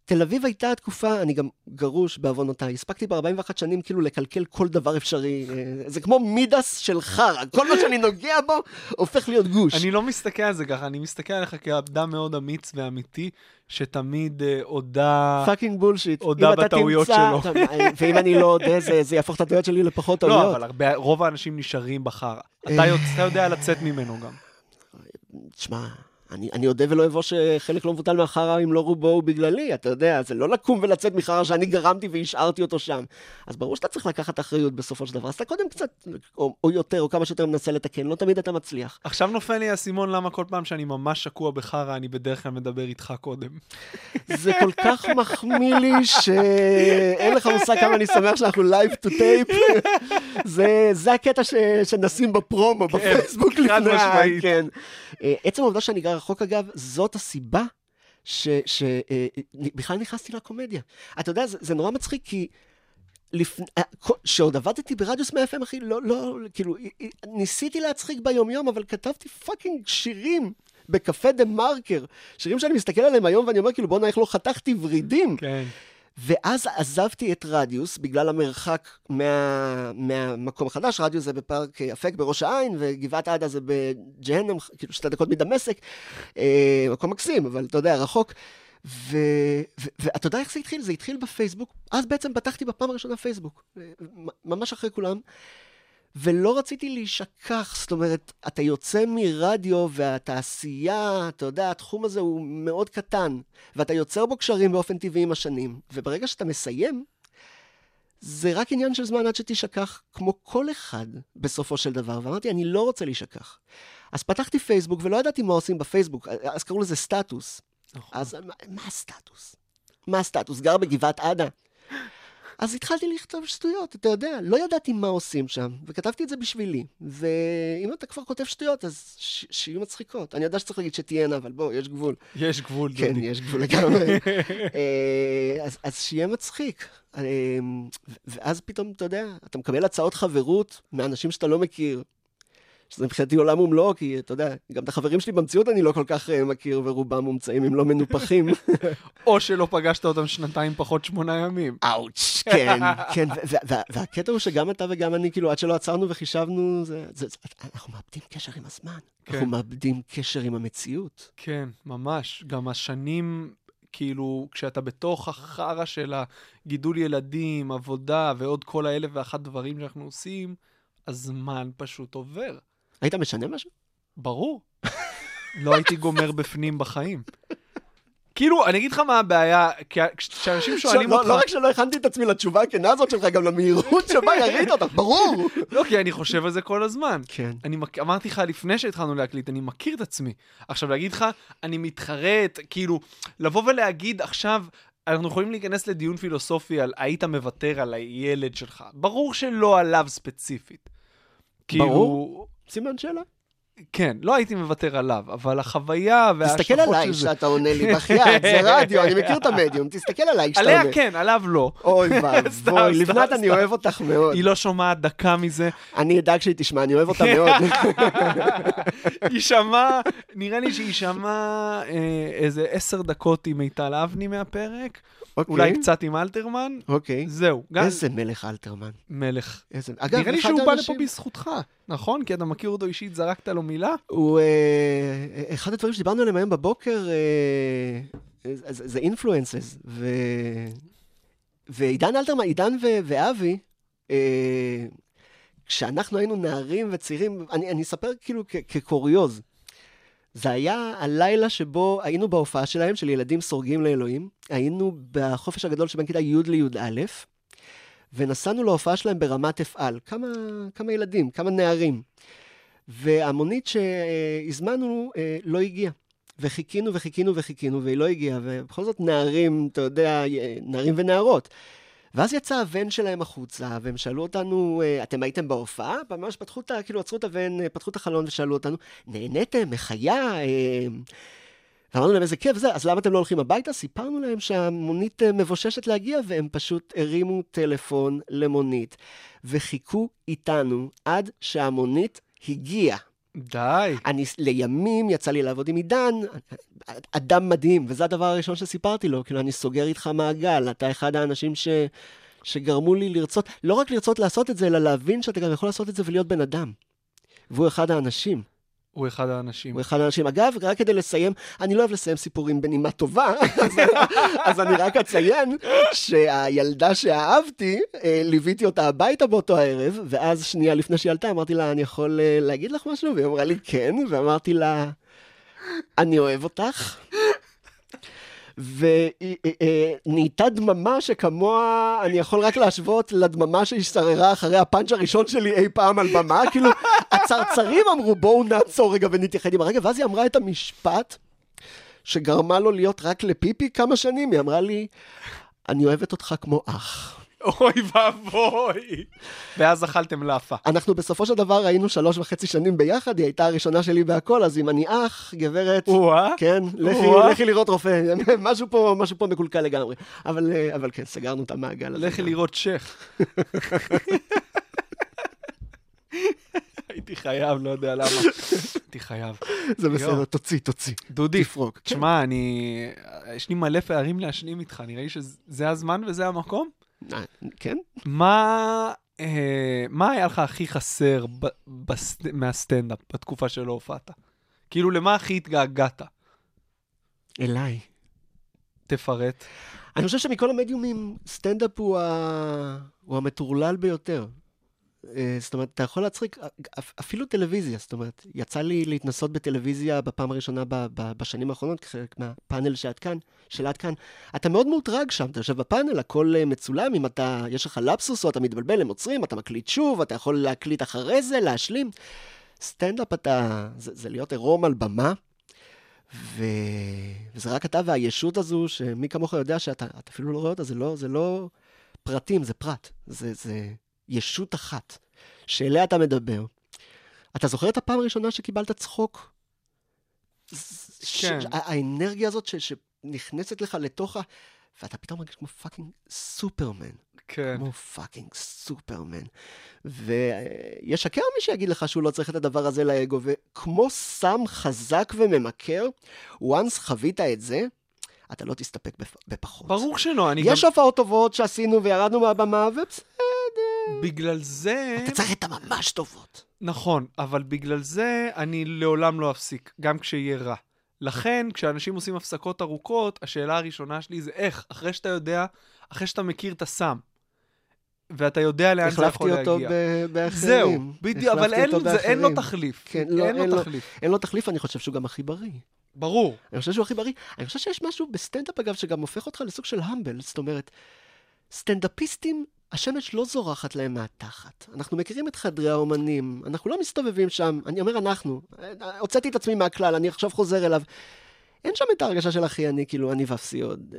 תל אביב הייתה התקופה, אני גם גרוש בעוונותיי, הספקתי ב-ארבעים ואחת שנים כאילו לקלקל כל דבר אפשרי, זה כמו מידס של חרה, כל מה שאני נוגע בו הופך להיות גוש. אני לא מסתכל על זה ככה, אני מסתכל עליך כאדם מאוד אמיץ ואמיתי, שתמיד אה, הודע... פאקינג בולשיט. הודע בטעויות שלו. ואם אני לא יודע, זה, זה יהפוך את הטעויות שלי לפחות טעויות. לא, אבל הרבה, רוב האנשים נשארים בחרה. אתה יוצא, יודע לצאת ממנו גם. תשמע... אני, אני יודע ולא אבוא שחלק לא מבוטל מהחרה אם לא רובו הוא בגללי, אתה יודע, זה לא לקום ולצאת מחרה שאני גרמתי והשארתי אותו שם. אז ברור שאתה צריך לקחת אחריות בסופו של דבר, אז אתה קודם קצת, או, או יותר, או כמה שיותר מנסה לתקן, לא תמיד אתה מצליח. עכשיו נופל לי הסימון למה כל פעם שאני ממש שקוע בחרה, אני בדרך כלל מדבר איתך קודם. זה כל כך מחמיא לי שאין לך מושג כמה אני שמח שאנחנו live to tape. זה, זה הקטע ש, שנשים בפרומו, בפייסבוק לפני. כן. עצם העובדה שאני גר רחוק אגב, זאת הסיבה שבכלל נכנסתי לקומדיה. אתה יודע, זה, זה נורא מצחיק, כי שעוד עבדתי ברדיוס מאה אף אם, אחי, לא, לא, כאילו, ניסיתי להצחיק ביום-יום, אבל כתבתי פאקינג שירים בקפה דה מרקר, שירים שאני מסתכל עליהם היום, ואני אומר, כאילו, בוא נאיך לא חתכתי ורידים. כן. ואז עזבתי את רדיוס, בגלל המרחק מה, מהמקום החדש. רדיוס זה בפארק אפק בראש העין, וגבעת עדה זה בג'הנם, כאילו שתי דקות מדמשק, אה, מקום מקסים, אבל אתה יודע, רחוק. ואתה יודע איך זה התחיל? זה התחיל בפייסבוק. אז בעצם פתחתי בפעם הראשונה פייסבוק, ממש אחרי כולם. ולא רציתי להישכח, זאת אומרת, אתה יוצא מרדיו והתעשייה, אתה יודע, התחום הזה הוא מאוד קטן, ואתה יוצר בו קשרים באופן טבעי עם השנים, וברגע שאתה מסיים, זה רק עניין של זמן עד שתישכח, כמו כל אחד בסופו של דבר, ואמרתי, אני לא רוצה להישכח. אז פתחתי פייסבוק, ולא ידעתי מה עושים בפייסבוק, אז קראו לזה סטטוס. אז מה, מה הסטטוס? מה הסטטוס? גר בגבעת עדה? אז התחלתי לכתוב שטויות, אתה יודע, לא ידעתי מה עושים שם, וכתבתי את זה בשבילי. ואם אתה כבר כותב שטויות, אז ש- שיהיו מצחיקות. אני יודע שצריך להגיד שתהיינה, אבל בוא, יש גבול. יש גבול, כן, דודי. יש גבול לגמרי. אז, אז שיהיה מצחיק. ואז פתאום, אתה יודע, אתה מקבל הצעות חברות מאנשים שאתה לא מכיר, שזה מבחינתי עולם ומלואו, כי אתה יודע, גם את החברים שלי במציאות אני לא כל כך מכיר, ורובם מומצאים אם לא מנופחים. או שלא פגשת אותם שנתיים פחות שמונה ימים. אאוץ', כן, כן, והקטע הוא שגם אתה וגם אני, כאילו, עד שלא עצרנו וחישבנו, אנחנו מאבדים קשר עם הזמן, אנחנו מאבדים קשר עם המציאות. כן, ממש, גם השנים, כאילו, כשאתה בתוך החרה של הגידול ילדים, עבודה, ועוד כל האלף ואחת דברים שאנחנו עושים, הזמן פשוט עובר. היית משנה משהו? ברור. לא הייתי גומר בפנים בחיים. כאילו, אני אגיד לך מה הבעיה, כשאנשים שואלים אותך... לא רק שלא הכנתי את עצמי לתשובה הכנה הזאת שלך, גם למהירות שבה ירית אותך, ברור. לא, כי אני חושב על זה כל הזמן. כן. אני אמרתי לך לפני שהתחלנו להקליט, אני מכיר את עצמי. עכשיו, להגיד לך, אני מתחרט, כאילו, לבוא ולהגיד עכשיו... אנחנו יכולים להיכנס לדיון פילוסופי על היית מוותר על הילד שלך. ברור שלא עליו ספציפית. ברור? סימן שאלה? כן, לא הייתי מוותר עליו, אבל החוויה וההשלכות תסתכל עליי שאתה עונה לי בחייאת, זה רדיו, אני מכיר את המדיום, תסתכל עליי כשאתה עונה. עליה כן, עליו לא. אוי ואבוי, לבנת אני אוהב אותך מאוד. היא לא שומעת דקה מזה. אני אדאג שהיא תשמע, אני אוהב אותה מאוד. היא שמעה, נראה לי שהיא שמעה איזה עשר דקות עם מיטל אבני מהפרק, אולי קצת עם אלתרמן. אוקיי. זהו. איזה מלך אלתרמן. מלך. אגב, נראה לי שהוא בא לפה בזכותך, נכון? כי אתה מכיר אותו אישית, זרקת לו מילה? הוא, אחד הדברים שדיברנו עליהם היום בבוקר, זה אינפלואנסס, ועידן אלתרמן, עידן ואבי, כשאנחנו היינו נערים וצעירים, אני אספר כאילו כקוריוז, זה היה הלילה שבו היינו בהופעה שלהם, של ילדים סורגים לאלוהים, היינו בחופש הגדול שבין כיתה י' לי"א, ונסענו להופעה שלהם ברמת אפעל, כמה, כמה ילדים, כמה נערים. והמונית שהזמנו לא הגיעה. וחיכינו וחיכינו וחיכינו, והיא לא הגיעה, ובכל זאת נערים, אתה יודע, נערים ונערות. ואז יצא הבן שלהם החוצה, והם שאלו אותנו, אתם הייתם בהופעה? ממש פתחו את, כאילו עצרו את הבן, פתחו את החלון ושאלו אותנו, נהניתם, מחיה? ואמרנו להם איזה כיף זה, אז למה אתם לא הולכים הביתה? סיפרנו להם שהמונית מבוששת להגיע, והם פשוט הרימו טלפון למונית, וחיכו איתנו עד שהמונית הגיעה. די. אני, לימים יצא לי לעבוד עם עידן, אדם מדהים, וזה הדבר הראשון שסיפרתי לו, כאילו אני סוגר איתך מעגל, אתה אחד האנשים ש, שגרמו לי לרצות, לא רק לרצות לעשות את זה, אלא להבין שאתה גם יכול לעשות את זה ולהיות בן אדם. והוא אחד האנשים. הוא אחד האנשים. הוא אחד האנשים. אגב, רק כדי לסיים, אני לא אוהב לסיים סיפורים בנימה טובה, אז, אז אני רק אציין שהילדה שאהבתי, ליוויתי אותה הביתה באותו הערב, ואז שנייה לפני שהיא עלתה, אמרתי לה, אני יכול להגיד לך משהו? והיא אמרה לי, כן, ואמרתי לה, אני אוהב אותך. ונהייתה דממה שכמוה, אני יכול רק להשוות לדממה שהשתררה אחרי הפאנץ' הראשון שלי אי פעם על במה, כאילו הצרצרים אמרו בואו נעצור רגע ונתייחד עם הרגע, ואז היא אמרה את המשפט שגרמה לו להיות רק לפיפי כמה שנים, היא אמרה לי, אני אוהבת אותך כמו אח. אוי ואבוי. ואז אכלתם לאפה. אנחנו בסופו של דבר היינו שלוש וחצי שנים ביחד, היא הייתה הראשונה שלי בהכל, אז אם אני אח, גברת, כן, לכי לראות רופא, משהו פה, משהו פה מקולקל לגמרי. אבל, אבל כן, סגרנו את המעגל הזה. לכי לראות שייך. הייתי חייב, לא יודע למה. הייתי חייב. זה בסדר, תוציא, תוציא. דודי, תשמע, אני, יש לי מלא פערים להשלים איתך, נראה לי שזה הזמן וזה המקום? כן. מה, אה, מה היה לך הכי חסר ב, בסט, מהסטנדאפ בתקופה שלא הופעת? כאילו, למה הכי התגעגעת? אליי. תפרט. אני חושב שמכל המדיומים, סטנדאפ הוא, ה... הוא המטורלל ביותר. זאת אומרת, אתה יכול להצחיק, אפילו טלוויזיה, זאת אומרת, יצא לי להתנסות בטלוויזיה בפעם הראשונה ב- ב- בשנים האחרונות, כחלק מהפאנל שאת כאן, שלאת כאן. אתה מאוד מוטרג שם, אתה יושב בפאנל, הכל מצולם, אם אתה, יש לך לפסוס או אתה מתבלבל, הם עוצרים, אתה מקליט שוב, אתה יכול להקליט אחרי זה, להשלים. סטנדאפ אתה, זה, זה להיות עירום על במה, ו... וזה רק אתה והישות הזו, שמי כמוך יודע שאתה אתה אפילו לא רואה אותה, זה לא, זה לא פרטים, זה פרט, זה... זה... ישות אחת, שאליה אתה מדבר. אתה זוכר את הפעם הראשונה שקיבלת צחוק? כן. האנרגיה הזאת שנכנסת לך לתוך ה... ואתה פתאום מרגיש כמו פאקינג סופרמן. כן. כמו פאקינג סופרמן. ויש שקר מי שיגיד לך שהוא לא צריך את הדבר הזה לאגו, וכמו סם חזק וממכר, once חווית את זה, אתה לא תסתפק בפחות. ברור שלא. יש הופעות טובות שעשינו וירדנו מהבמה, ובסדר. בגלל זה... אתה צריך את הממש טובות. נכון, אבל בגלל זה אני לעולם לא אפסיק, גם כשיהיה רע. לכן, כשאנשים עושים הפסקות ארוכות, השאלה הראשונה שלי זה איך, אחרי שאתה יודע, אחרי שאתה מכיר את הסם, ואתה יודע לאן זה יכול להגיע. החלפתי אותו באחרים. זהו, בדיוק, אבל אין לו תחליף. אין לו תחליף. אין לו תחליף, אני חושב שהוא גם הכי בריא. ברור. אני חושב שהוא הכי בריא. אני חושב שיש משהו בסטנדאפ, אגב, שגם הופך אותך לסוג של המבל. זאת אומרת, סטנדאפיסטים, השמש לא זורחת להם מהתחת. אנחנו מכירים את חדרי האומנים, אנחנו לא מסתובבים שם. אני אומר אנחנו, הוצאתי את עצמי מהכלל, אני עכשיו חוזר אליו. אין שם את ההרגשה של אחי, אני כאילו, אני ואפסי עוד.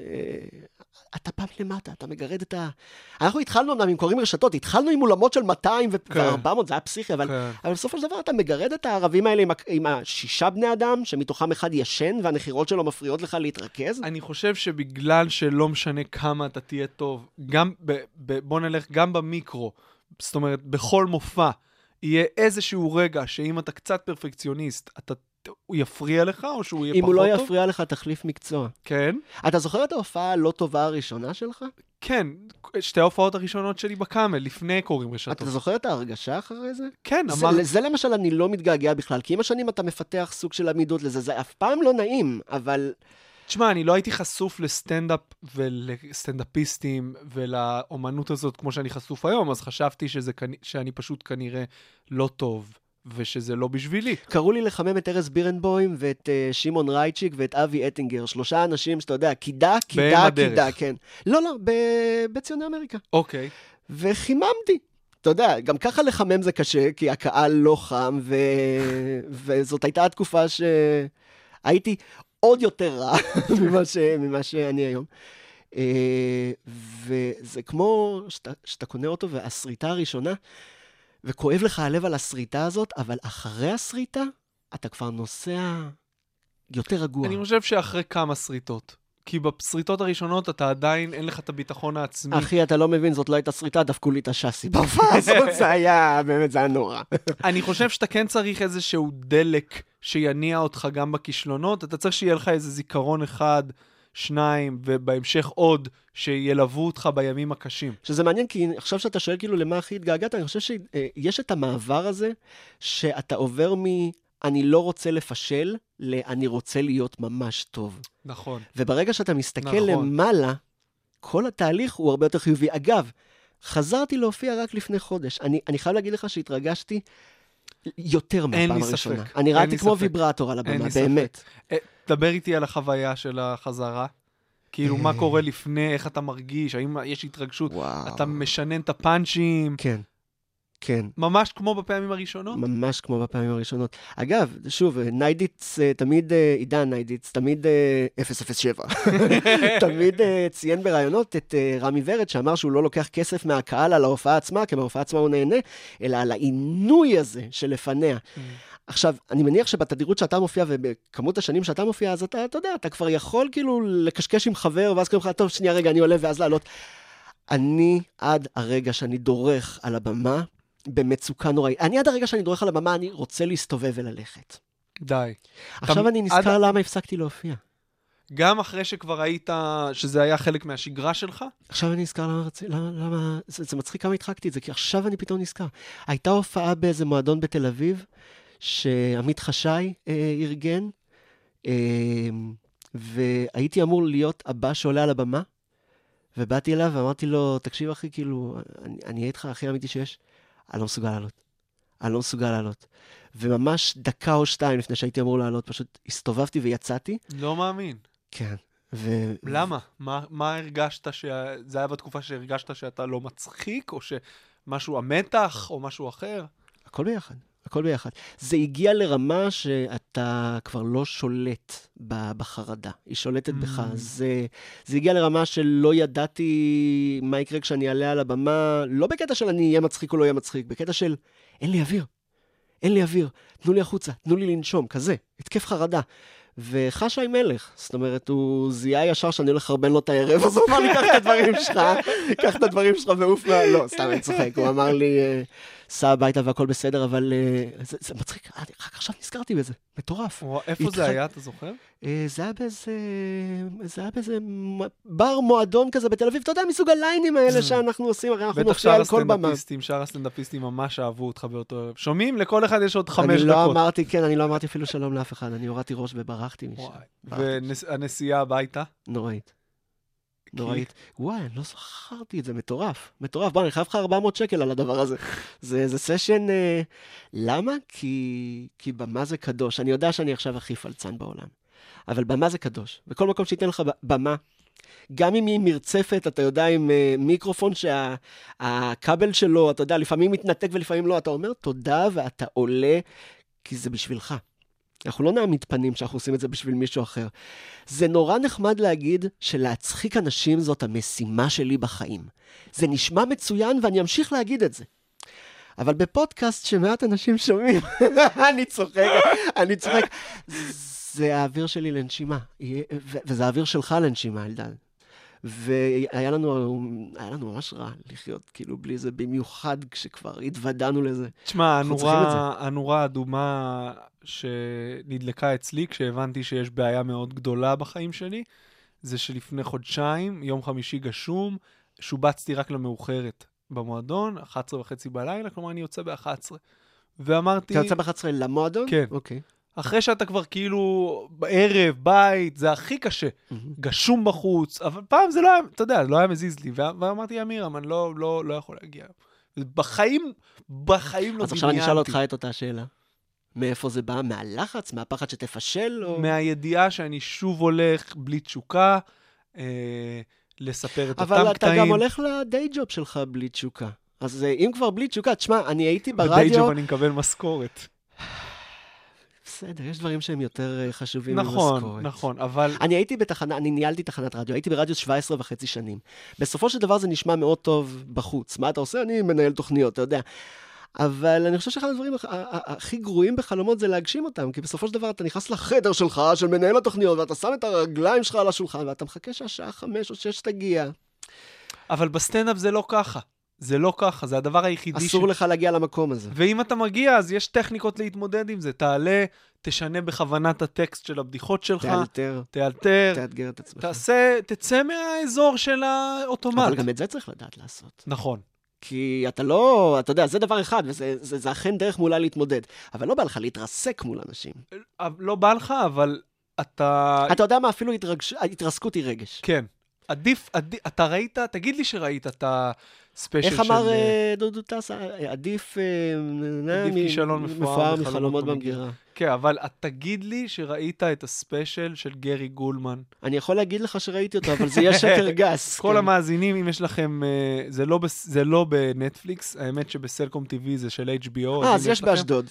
אתה פעם למטה, אתה מגרד את ה... אנחנו התחלנו עם קוראים רשתות, התחלנו עם אולמות של מאתיים וארבע מאות, זה היה פסיכי, אבל, אבל בסופו של דבר אתה מגרד את הערבים האלה עם, עם השישה בני אדם, שמתוכם אחד ישן, והנחירות שלו מפריעות לך להתרכז. אני חושב שבגלל שלא משנה כמה אתה תהיה טוב, גם ב, ב, בוא נלך גם במיקרו, זאת אומרת, בכל מופע, יהיה איזשהו רגע שאם אתה קצת פרפקציוניסט, אתה הוא יפריע לך או שהוא יהיה פחות טוב? אם הוא לא יפריע לך, תחליף מקצוע. כן. אתה זוכר את ההופעה הלא טובה הראשונה שלך? כן, שתי ההופעות הראשונות שלי בקאמל, לפני קוראים רשתות. אתה זוכר את ההרגשה אחרי זה? כן, אמר... זה, זה למשל אני לא מתגעגע בכלל, כי עם השנים אתה מפתח סוג של עמידות לזה, זה אף פעם לא נעים, אבל... תשמע, אני לא הייתי חשוף לסטנדאפ ולסטנדאפיסטים ולאומנות הזאת כמו שאני חשוף היום, אז חשבתי שזה, שאני פשוט כנראה לא טוב. ושזה לא בשבילי. קראו לי לחמם את ארז בירנבוים ואת uh, שמעון רייצ'יק ואת אבי אטינגר, שלושה אנשים שאתה יודע, קידה, קידה, קידה, כן. לא, לא, ב- בציוני אמריקה. אוקיי. וחיממתי. אתה יודע, גם ככה לחמם זה קשה, כי הקהל לא חם, ו... וזאת הייתה התקופה שהייתי עוד יותר רע ממה, ש... ממה שאני היום. Uh, וזה כמו שאתה, שאתה קונה אותו, והסריטה הראשונה, וכואב לך הלב על הסריטה הזאת, אבל אחרי הסריטה, אתה כבר נוסע יותר רגוע. אני חושב שאחרי כמה סריטות. כי בסריטות הראשונות אתה עדיין, אין לך את הביטחון העצמי. אחי, אתה לא מבין, זאת לא הייתה סריטה, דפקו לי את השאסי בהופעה הזאת, זה היה, באמת, זה היה נורא. אני חושב שאתה כן צריך איזשהו דלק שיניע אותך גם בכישלונות, אתה צריך שיהיה לך איזה זיכרון אחד, שניים, ובהמשך עוד, שילוו אותך בימים הקשים. שזה מעניין, כי עכשיו שאתה שואל כאילו למה הכי התגעגעת, אני חושב שיש את המעבר הזה, שאתה עובר מ... אני לא רוצה לפשל, אני רוצה להיות ממש טוב. נכון. וברגע שאתה מסתכל נכון. למעלה, כל התהליך הוא הרבה יותר חיובי. אגב, חזרתי להופיע רק לפני חודש. אני, אני חייב להגיד לך שהתרגשתי יותר מהפעם הראשונה. ספק. אני ראיתי כמו ספק. ויברטור על הבמה, באמת. א, דבר איתי על החוויה של החזרה. כאילו, מה קורה לפני, איך אתה מרגיש, האם יש התרגשות, וואו. אתה משנן את הפאנצ'ים. כן. כן. ממש כמו בפעמים הראשונות? ממש כמו בפעמים הראשונות. אגב, שוב, ניידיץ, תמיד, עידן ניידיץ, תמיד אפס אפס שבע. תמיד ציין ברעיונות את רמי ורד, שאמר שהוא לא לוקח כסף מהקהל על ההופעה עצמה, כי בהופעה עצמה הוא נהנה, אלא על העינוי הזה שלפניה. עכשיו, אני מניח שבתדירות שאתה מופיע, ובכמות השנים שאתה מופיע, אז אתה, אתה יודע, אתה כבר יכול כאילו לקשקש עם חבר, ואז קוראים לך, טוב, שנייה רגע, אני עולה ואז לעלות. אני, עד הרגע שאני דורך על הבמה, במצוקה נוראית. אני עד הרגע שאני דורך על הבמה, אני רוצה להסתובב וללכת. די. עכשיו אתה... אני נזכר עד... למה הפסקתי להופיע. גם אחרי שכבר היית, שזה היה חלק מהשגרה שלך? עכשיו אני נזכר למה, למה, למה זה, זה מצחיק כמה התחקתי את זה, כי עכשיו אני פתאום נזכר. הייתה הופעה באיזה מועדון בתל אביב, שעמית חשאי אה, ארגן, אה, והייתי אמור להיות הבא שעולה על הבמה, ובאתי אליו ואמרתי לו, תקשיב אחי, כאילו, אני אהיה איתך הכי אמיתי שיש, אני לא מסוגל לעלות. אני לא מסוגל לעלות. וממש דקה או שתיים לפני שהייתי אמור לעלות, פשוט הסתובבתי ויצאתי. לא מאמין. כן. ו... למה? מה, מה הרגשת ש... זה היה בתקופה שהרגשת שאתה לא מצחיק, או שמשהו המתח, או משהו אחר? הכל ביחד. הכל ביחד. זה הגיע לרמה שאתה כבר לא שולט בחרדה. היא שולטת בך. זה, זה הגיע לרמה שלא ידעתי מה יקרה כשאני אעלה על הבמה, לא בקטע של אני אהיה מצחיק או לא אהיה מצחיק, בקטע של אין לי אוויר. אין לי אוויר. תנו לי החוצה, תנו לי לנשום, כזה. התקף חרדה. וחשי מלך, זאת אומרת, הוא זיהה ישר שאני הולך לרבן לו את הערב, אז הוא אמר לי, קח את הדברים שלך, קח את הדברים שלך ועוף מה... לא, סתם אני צוחק, הוא אמר לי, סע הביתה והכל בסדר, אבל זה, זה מצחיק, רק עכשיו נזכרתי בזה, מטורף. איפה התח... זה היה, אתה זוכר? זה היה באיזה, זה היה באיזה בר מועדון כזה בתל אביב, אתה יודע, מסוג הליינים האלה שאנחנו עושים, הרי אנחנו נופיע על כל במה. בטח שאר הסטנדאפיסטים ממש אהבו אותך באותו... שומעים? לכל אחד יש עוד חמש דקות. אני לא אמרתי, כן, אני לא אמרתי אפילו שלום לאף אחד, אני הורדתי ראש וברחתי משם. והנסיעה הביתה? נוראית. נוראית. וואי, אני לא זכרתי את זה, מטורף. מטורף, בוא, אני חייב לך ארבע מאות שקל על הדבר הזה. זה, זה סשן... למה? כי, כי במה זה קדוש. אני יודע שאני עכשיו הכי פלצן בעולם. אבל במה זה קדוש. וכל מקום שייתן לך במה, גם אם היא מרצפת, אתה יודע, עם מיקרופון שהכבל שלו, אתה יודע, לפעמים מתנתק ולפעמים לא, אתה אומר תודה ואתה עולה, כי זה בשבילך. אנחנו לא נעמיד פנים שאנחנו עושים את זה בשביל מישהו אחר. זה נורא נחמד להגיד שלהצחיק אנשים זאת המשימה שלי בחיים. זה נשמע מצוין ואני אמשיך להגיד את זה. אבל בפודקאסט שמעט אנשים שומעים, אני צוחק, אני צוחק. זה האוויר שלי לנשימה, וזה האוויר שלך לנשימה, אלדד. והיה לנו, היה לנו ממש רע לחיות, כאילו בלי זה, במיוחד כשכבר התוודענו לזה. תשמע, הנורה האדומה שנדלקה אצלי, כשהבנתי שיש בעיה מאוד גדולה בחיים שלי, זה שלפני חודשיים, יום חמישי גשום, שובצתי רק למאוחרת במועדון, אחת עשרה וחצי בלילה, כלומר אני יוצא ב-אחת עשרה. ואמרתי... אתה יוצא ב-אחת עשרה למועדון? כן. אוקיי. אחרי שאתה כבר כאילו בערב, בית, זה הכי קשה. גשום בחוץ, אבל פעם זה לא היה, אתה יודע, לא היה מזיז לי. ואמרתי, אמירם, אני לא, לא, לא יכול להגיע. בחיים, בחיים לא דמיינתי. אז עכשיו אני אשאל אותך את אותה שאלה. מאיפה זה בא? מהלחץ? מהפחד שתפשל? או... מהידיעה שאני שוב הולך בלי תשוקה, אה, לספר את אותם קטעים. אבל אתה גם הולך לדיי ג'וב שלך בלי תשוקה. אז אם כבר בלי תשוקה, תשמע, אני הייתי ברדיו... בדיי ג'וב אני מקבל משכורת. בסדר, יש דברים שהם יותר חשובים נכון, ממשכורת. נכון, אבל... אני הייתי בתחנה, אני ניהלתי תחנת רדיו, הייתי ברדיו שבע עשרה וחצי שנים. בסופו של דבר זה נשמע מאוד טוב בחוץ. מה אתה עושה? אני מנהל תוכניות, אתה יודע. אבל אני חושב שאחד הדברים הכי גרועים בחלומות זה להגשים אותם, כי בסופו של דבר אתה נכנס לחדר שלך, של מנהל התוכניות, ואתה שם את הרגליים שלך על השולחן, ואתה מחכה שהשעה חמש או שש תגיע. אבל בסטנדאפ זה לא ככה. זה לא ככה, זה הדבר היחידי אסור ש... לך להגיע למקום הזה. ואם אתה מגיע, אז יש טכניקות להתמודד עם זה. תעלה, תשנה בכוונת הטקסט של הבדיחות שלך. תאלתר. תאלתר. תאתגר את עצמך. תעשה, תצא מהאזור של האוטומט. אבל גם את זה צריך לדעת לעשות. נכון. כי אתה לא, אתה יודע, זה דבר אחד, וזה זה, זה אכן דרך מולה להתמודד. אבל לא בא לך להתרסק מול אנשים. לא בא לך, אבל אתה... אתה יודע מה, אפילו התרגש... התרסקות היא רגש. כן. עדיף, עדיף, אתה ראית, תגיד לי שראית את הספיישל של... איך אמר דודו טסה? עדיף... עדיף כישלון מפואר מחלומות במגירה. כן, אבל תגיד לי שראית את הספיישל של גרי גולמן. אני יכול להגיד לך שראיתי אותו, אבל זה יהיה שקר גס. כל המאזינים, אם יש לכם... זה לא בנטפליקס, האמת שבסלקום טיווי זה של אייץ' בי או. אה, אז יש באשדוד.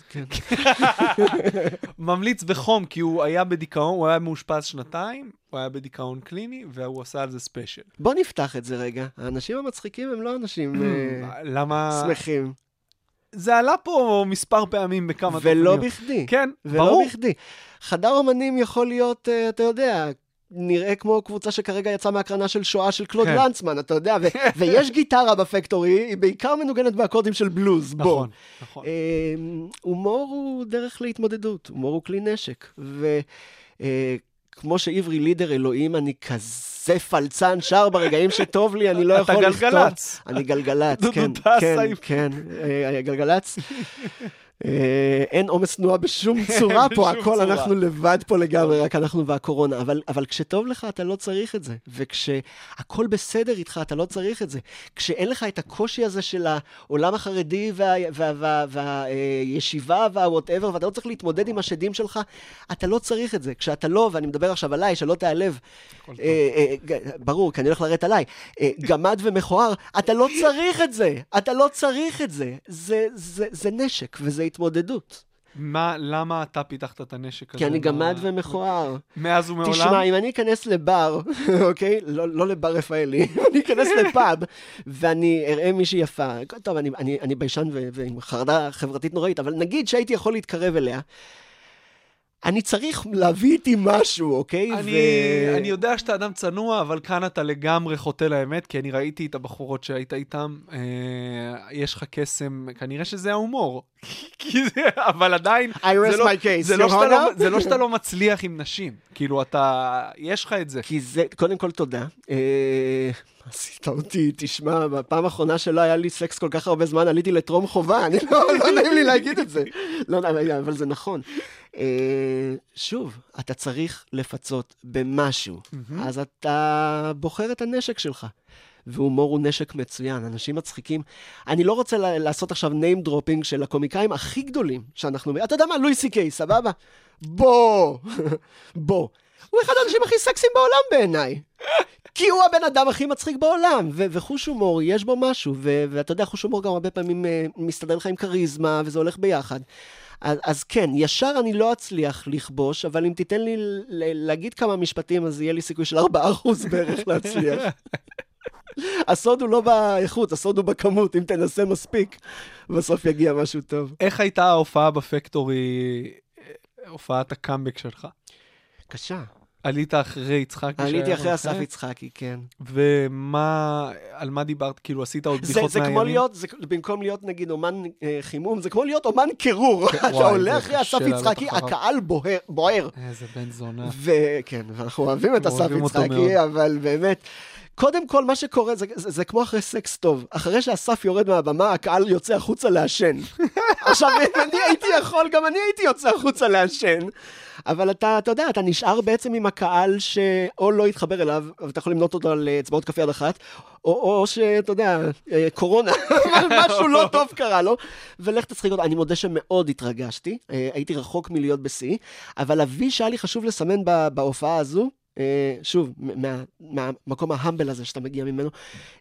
ממליץ בחום, כי הוא היה בדיכאון, הוא היה מאושפז שנתיים, הוא היה בדיכאון קליני, והוא עשה על זה ספיישל. בוא נפתח את זה רגע. האנשים המצחיקים הם לא אנשים שמחים. זה עלה פה מספר פעמים בכמה תוכניות. ולא בכדי. כן, ולא ברור. בכדי. חדר אומנים יכול להיות, אתה יודע, נראה כמו קבוצה שכרגע יצאה מהקרנה של שואה של קלוד לנצמן, אתה יודע, ויש גיטרה בפקטורי, היא בעיקר מנוגנת באקורדים של בלוז. נכון, נכון. הומור הוא דרך להתמודדות, הומור הוא כלי נשק, וכמו שעברי לידר אלוהים, אני כזה פלצן שר ברגעים שטוב לי, אני לא יכול לכתוב. אתה גלגלץ. אני גלגלץ, כן, כן, כן, גלגלץ. אין עומס תנועה בשום צורה פה, הכל אנחנו לבד פה לגמרי, רק אנחנו והקורונה, אבל כשטוב לך אתה לא צריך את זה, וכשהכל בסדר איתך אתה לא צריך את זה, כשאין לך את הקושי הזה של העולם החרדי והישיבה והwhatever, ואתה לא צריך להתמודד עם השדים שלך, אתה לא צריך את זה, כשאתה לא, ואני מדבר עכשיו עליי, שלא תעלב, ברור, כי אני הולך לרדת עליי, גמד ומכוער, אתה לא צריך את זה, אתה לא צריך את זה, זה נשק, וזה התמודדות. מה, למה אתה פיתחת את הנשק הזה? כי אני גמד ומכוער. מאז ומעולם? תשמע, אם אני אכנס לבר, אוקיי? לא, לא לבר רפאלי, אני אכנס לפאב, ואני אראה מישהי יפה. טוב, אני, אני, אני ביישן ועם חרדה חברתית נוראית, אבל נגיד שהייתי יכול להתקרב אליה, אני צריך להביא איתי משהו, אוקיי? אני, ו... אני יודע שאתה אדם צנוע, אבל כאן אתה לגמרי חוטא לאמת, כי אני ראיתי את הבחורות שהיית איתם, אה, יש לך קסם, כנראה שזה ההומור. אבל עדיין, זה לא, case, זה, לא שאתה לא, זה לא שאתה לא מצליח עם נשים. כאילו, אתה, יש לך את זה. כי זה, קודם כל תודה. אה... עשית אותי, תשמע, בפעם האחרונה שלא היה לי סקס כל כך הרבה זמן, עליתי לטרום חובה, אני לא, לא נעים לי להגיד את זה. לא, אבל זה נכון. שוב, אתה צריך לפצות במשהו, אז אתה בוחר את הנשק שלך. והומור הוא נשק מצוין, אנשים מצחיקים. אני לא רוצה לעשות עכשיו name dropping של הקומיקאים הכי גדולים שאנחנו... אתה יודע מה? לואי סי קיי, סבבה? בוא! בוא. הוא אחד האנשים הכי סקסיים בעולם בעיניי. כי הוא הבן אדם הכי מצחיק בעולם, ו- וחוש הומור, יש בו משהו, ו- ואתה יודע, חוש הומור גם הרבה פעמים uh, מסתדר לך עם קריזמה, וזה הולך ביחד. אז, אז כן, ישר אני לא אצליח לכבוש, אבל אם תיתן לי ל- להגיד כמה משפטים, אז יהיה לי סיכוי של ארבעה אחוז בערך להצליח. הסוד הוא לא באיכות, הסוד הוא בכמות, אם תנסה מספיק, בסוף יגיע משהו טוב. איך הייתה ההופעה בפקטורי, הופעת הקאמבק שלך? קשה. עלית אחרי יצחקי? עליתי אחרי אסף יצחקי, כן. ומה, על מה דיברת? כאילו, עשית עוד בדיחות מהימים? זה כמו להיות, זה, במקום להיות נגיד אומן אה, חימום, זה כמו להיות אומן קירור. אתה עולה אחרי אסף יצחקי, הקהל בוער. איזה בן זונה. וכן, ואנחנו אוהבים את אסף יצחקי, אבל באמת... קודם כל, מה שקורה, זה, זה, זה כמו אחרי סקס טוב. אחרי שהסף יורד מהבמה, הקהל יוצא החוצה לעשן. עכשיו, אם אני הייתי יכול, גם אני הייתי יוצא החוצה לעשן. אבל אתה, אתה יודע, אתה נשאר בעצם עם הקהל שאו לא יתחבר אליו, ואתה יכול למנות אותו על אצבעות כף יד אחת, או, או שאתה יודע, קורונה, משהו לא טוב קרה לו, ולך תצחיק אותו. אני מודה שמאוד התרגשתי, הייתי רחוק מלהיות בסי, אבל אבי שהיה לי חשוב לסמן בהופעה הזו, שוב, מהמקום ההמבל הזה שאתה מגיע ממנו,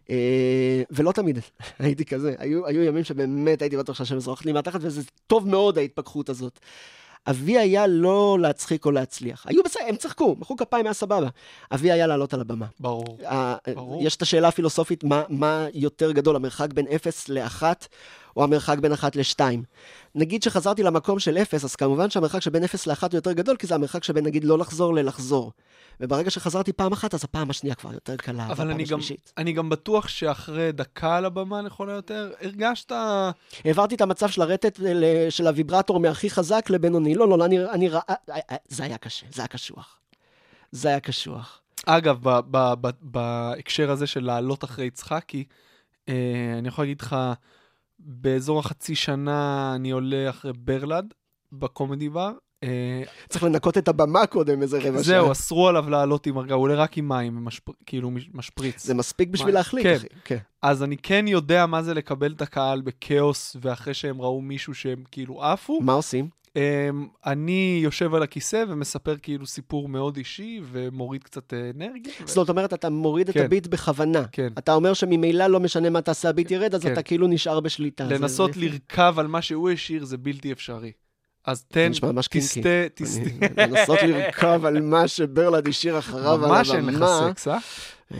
ולא תמיד הייתי כזה, היו ימים שבאמת הייתי בטוח שהשם זרוחת לי מהתחת, וזה טוב מאוד ההתפכחות הזאת. אבי היה לא להצחיק או להצליח. היו בסדר, הם צחקו, מחאו כפיים היה סבבה. אבי היה לעלות על הבמה. ברור. ברור. יש את השאלה הפילוסופית, מה, מה יותר גדול, המרחק בין אפס לאחת, או המרחק בין אחת לשתיים. נגיד שחזרתי למקום של אפס, אז כמובן שהמרחק שבין אפס לאחת הוא יותר גדול, כי זה המרחק שבין נגיד לא לחזור ללחזור. וברגע שחזרתי פעם אחת, אז הפעם השנייה כבר יותר קלה, אבל אני גם, אני גם בטוח שאחרי דקה על הבמה לכל היותר, הרגשת... העברתי את המצב של הרטט של הוויברטור מהכי חזק לבינוני. לא, לא, אני, אני ראה... זה היה קשה, זה היה קשוח. זה היה קשוח. אגב, ב- ב- ב- בהקשר הזה של לעלות אחרי יצחקי, אה, אני יכול להגיד לך, באזור החצי שנה אני עולה אחרי ברלד, בקומדי בר. אה, צריך לנקות את הבמה קודם איזה רבע שעה. זהו, אסרו עליו לעלות עם הרגע, הוא עולה רק עם מים, משפ... כאילו משפריץ. זה מספיק בשביל להחליק, כן. אחי. כן. אז אני כן יודע מה זה לקבל את הקהל בקאוס, ואחרי שהם ראו מישהו שהם כאילו עפו. מה עושים? אני יושב על הכיסא ומספר כאילו סיפור מאוד אישי, ומוריד קצת אנרגיה. זאת אומרת, אתה מוריד את כן. הביט בכוונה. כן. אתה אומר שממילא לא משנה מה תעשה, הביט ירד, אז כן. אתה כאילו נשאר בשליטה. לנסות זה... לרכב על מה שהוא השאיר, זה בלתי אפשרי. אז תן, תסתה, תסתה. לנסות לרכב על מה שברלד השאיר אחריו על הבמה. ממש אין לך סקס, אה?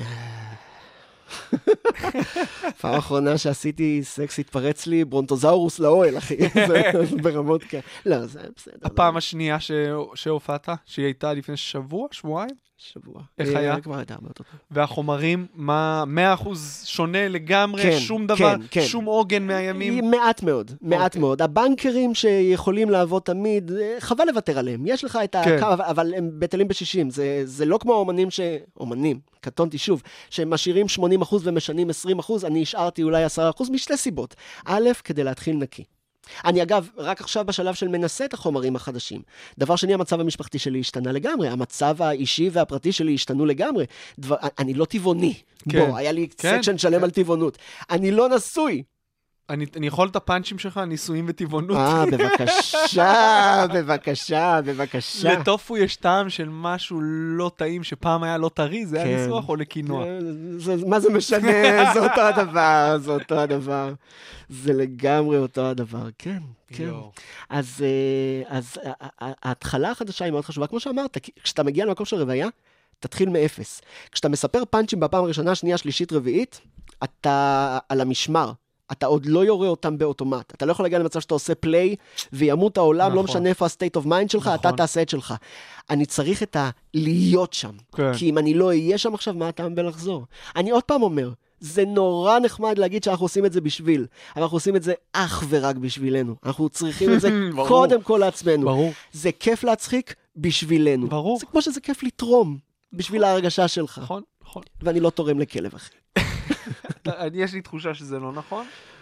פעם האחרונה שעשיתי סקס התפרץ לי ברונטוזאורוס לאוהל, אחי. זה ברמות כאלה. לא, זה בסדר. הפעם השנייה שהופעת, שהיא הייתה לפני שבוע, שבועיים? שבוע. איך היה? כבר הייתה הרבה יותר. והחומרים, מה, מאה אחוז שונה לגמרי, כן, שום דבר, כן, כן. שום עוגן מהימים? מעט מאוד, מעט אוקיי. מאוד. הבנקרים שיכולים לעבוד תמיד, חבל לוותר עליהם. יש לך את כן. הקו, אבל הם בטלים ב-שישים. זה, זה לא כמו האומנים ש... אומנים, קטונתי שוב, שהם משאירים שמונים אחוז ומשנים עשרים אחוז, אני השארתי אולי עשרה אחוז משתי סיבות. א', כדי להתחיל נקי. אני אגב, רק עכשיו בשלב של מנסה את החומרים החדשים. דבר שני, המצב המשפחתי שלי השתנה לגמרי, המצב האישי והפרטי שלי השתנו לגמרי. דבר, אני לא טבעוני. כן. בוא, היה לי כן. סקשן שלם כן. על טבעונות. אני לא נשוי. אני, אני יכול את הפאנצ'ים שלך, ניסויים וטבעונות. אה, בבקשה, בבקשה, בבקשה. לטופו יש טעם של משהו לא טעים, שפעם היה לא טרי, זה היה ניסוח או לקינוע? מה זה משנה? זה אותו הדבר, זה אותו הדבר. זה לגמרי אותו הדבר, כן, כן. אז, אז ההתחלה החדשה היא מאוד חשובה, כמו שאמרת, כשאתה מגיע למקום של רוויה, תתחיל מאפס. כשאתה מספר פאנצ'ים בפעם הראשונה, שנייה, שלישית, רביעית, אתה על המשמר. אתה עוד לא יורה אותם באוטומט. אתה לא יכול להגיע למצב שאתה עושה פליי, וימות העולם, נכון. לא משנה איפה ה-state of mind שלך, נכון. אתה תעשה את שלך. אני צריך את ה-להיות שם. כן. כי אם אני לא אהיה שם עכשיו, מה הטעם בלחזור? אני עוד פעם אומר, זה נורא נחמד להגיד שאנחנו עושים את זה בשביל, אבל אנחנו עושים את זה אך ורק בשבילנו. אנחנו צריכים את זה קודם כל לעצמנו. ברור. זה כיף להצחיק בשבילנו. ברור. זה כמו שזה כיף לתרום בשביל ההרגשה שלך. נכון, נכון. ואני לא תורם לכלב, אחי. יש לי תחושה שזה לא נכון,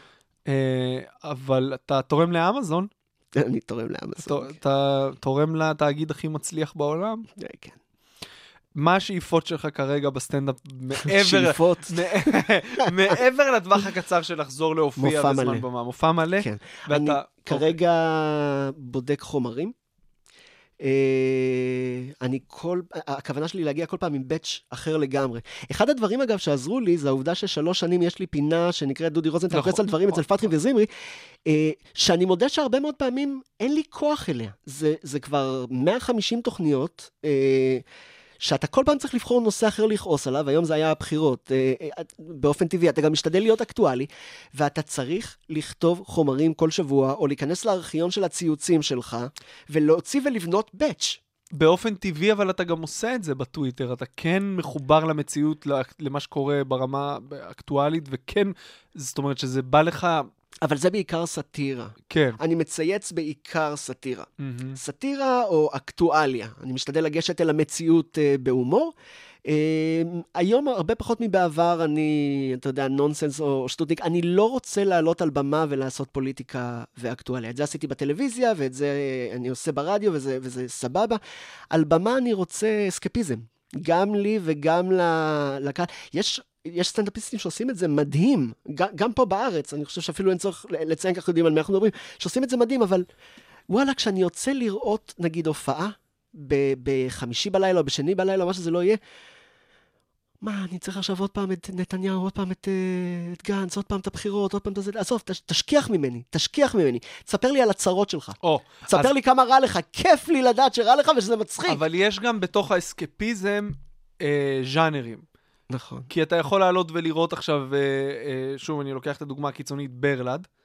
אבל אתה תורם לאמזון. אני תורם לאמזון. אתה תורם לתאגיד הכי מצליח בעולם? כן. מה השאיפות שלך כרגע בסטנדאפ מעבר... שאיפות? מעבר לטווח הקצר של לחזור להופיע בזמן במה. מופע מלא? כן. אני כרגע בודק חומרים. אני כל, הכוונה שלי להגיע כל פעם עם בטש אחר לגמרי. אחד הדברים אגב שעזרו לי, זה העובדה ששלוש שנים יש לי פינה שנקראת דודי רוזנטל, קרץ על דברים אצל פתחי וזמרי, שאני מודה שהרבה מאוד פעמים אין לי כוח אליה. זה, זה כבר מאה וחמישים תוכניות, שאתה כל פעם צריך לבחור נושא אחר לכעוס עליו, היום זה היה הבחירות, באופן טבעי, אתה גם משתדל להיות אקטואלי, ואתה צריך לכתוב חומרים כל שבוע, או להיכנס לארכיון של הציוצים שלך, ולהוציא ולבנות בטש. באופן טבעי, אבל אתה גם עושה את זה בטוויטר, אתה כן מחובר למציאות, למה שקורה ברמה אקטואלית, וכן, זאת אומרת שזה בא לך... אבל זה בעיקר סאטירה. כן. אני מצייץ בעיקר סאטירה. Mm-hmm. סאטירה או אקטואליה. אני משתדל לגשת אל המציאות uh, בהומור. Uh, היום הרבה פחות מבעבר אני, אתה יודע, נונסנס או שטותניק. אני לא רוצה לעלות על במה ולעשות פוליטיקה ואקטואליה. את זה עשיתי בטלוויזיה, ואת זה אני עושה ברדיו, וזה, וזה סבבה. על במה אני רוצה אסקפיזם. גם לי וגם לקהל. יש... יש סטנדאפיסטים שעושים את זה מדהים, גם, גם פה בארץ, אני חושב שאפילו אין צורך לציין כך יודעים על מה אנחנו מדברים, שעושים את זה מדהים, אבל וואלה, כשאני יוצא לראות, נגיד, הופעה, ב- בחמישי בלילה או בשני בלילה, או מה שזה לא יהיה, מה, אני צריך עכשיו עוד פעם את נתניהו, עוד פעם את, את גנץ, עוד פעם את הבחירות, עוד פעם את זה, עזוב, תש, תשכיח ממני, תשכיח ממני, תספר לי על הצרות שלך, oh, תספר אז... לי כמה רע לך, כיף לי לדעת שרע לך ושזה מצחיק. אבל יש גם בתוך האסקפיזם אה, ז'אנרים. נכון. כי אתה יכול לעלות ולראות עכשיו, שוב, אני לוקח את הדוגמה הקיצונית, ברלד,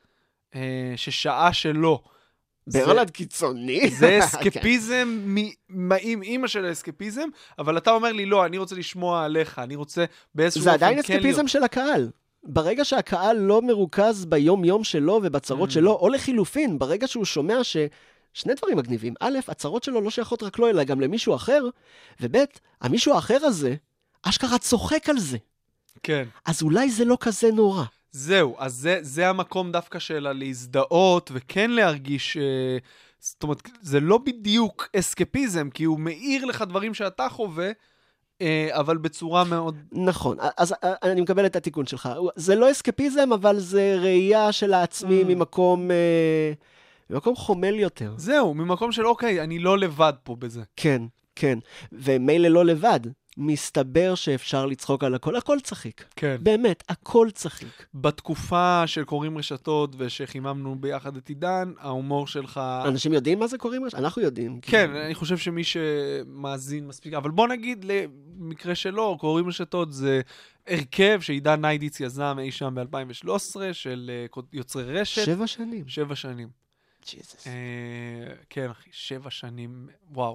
אה, ששעה שלו. ברלד קיצוני. זה אסקפיזם, עם אימא של האסקפיזם, אבל אתה אומר לי, לא, אני רוצה לשמוע עליך, אני רוצה באיזשהו זה אופן עדיין כן אסקפיזם להיות. של הקהל. ברגע שהקהל לא מרוכז ביום-יום שלו ובצרות שלו, או לחילופין, ברגע שהוא שומע ש... שני דברים מגניבים. א', הצרות שלו לא שייכות רק לו, אלא גם למישהו אחר, וב', המישהו האחר הזה, אשכרה צוחק על זה. כן. אז אולי זה לא כזה נורא. זהו, אז זה, זה המקום דווקא שלה להזדהות וכן להרגיש, אה, זאת אומרת, זה לא בדיוק אסקפיזם, כי הוא מאיר לך דברים שאתה חווה, אה, אבל בצורה מאוד... נכון, אז אה, אני מקבל את התיקון שלך. זה לא אסקפיזם, אבל זה ראייה של העצמי ממקום... אה, ממקום חומל יותר. זהו, ממקום של אוקיי, אני לא לבד פה בזה. כן, כן. ומילא לא לבד. מסתבר שאפשר לצחוק על הכל. הכל צחיק. כן. באמת, הכל צחיק. בתקופה של קוראים רשתות ושחיממנו ביחד את עידן, ההומור שלך... אנשים יודעים מה זה קוראים רשתות? אנחנו יודעים. כן, אני חושב שמי שמאזין מספיק. אבל בוא נגיד, למקרה שלו, קוראים רשתות זה הרכב שעידן ניידיץ יזם אי שם ב-אלפיים ושלוש עשרה של יוצרי רשת. שבע שנים. שבע שנים. ג'יזוס. כן, אחי, שבע שנים, וואו.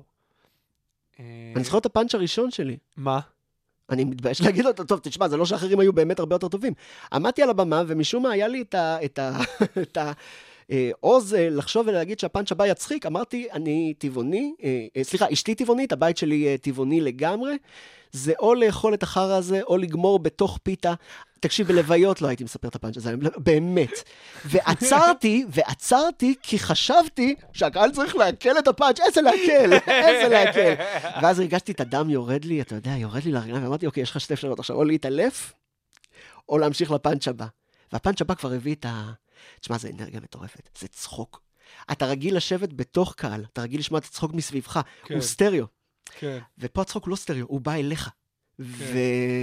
אני זוכר את הפאנץ' הראשון שלי. מה? אני מתבייש להגיד אותו, טוב, תשמע, זה לא שאחרים היו באמת הרבה יותר טובים. עמדתי על הבמה, ומשום מה היה לי את ה... את ה... את ה... עוז לחשוב ולהגיד שהפאנץ' הבא יצחיק, אמרתי, אני טבעוני, סליחה, אשתי טבעונית, הבית שלי טבעוני לגמרי, זה או לאכול את החרא הזה, או לגמור בתוך פיתה. תקשיב, בלוויות לא הייתי מספר את הפאנץ' הזה, באמת. ועצרתי, ועצרתי, כי חשבתי שהקהל צריך להקל את הפאנץ', איזה להקל, איזה להקל. ואז הרגשתי את הדם יורד לי, אתה יודע, יורד לי לרגליים, ואמרתי, אוקיי, יש לך שתי אפשרויות עכשיו, או להתעלף, או להמשיך לפאנץ' הבא. והפאנץ' הבא כבר הביא את ה... תשמע, זה אנרגיה מטורפת, זה צחוק. אתה רגיל לשבת בתוך קהל, אתה רגיל לשמוע את הצחוק מסביבך, כן. הוא סטריאו. כן. ופה הצחוק לא סטריאו, הוא בא אליך. כן. ו...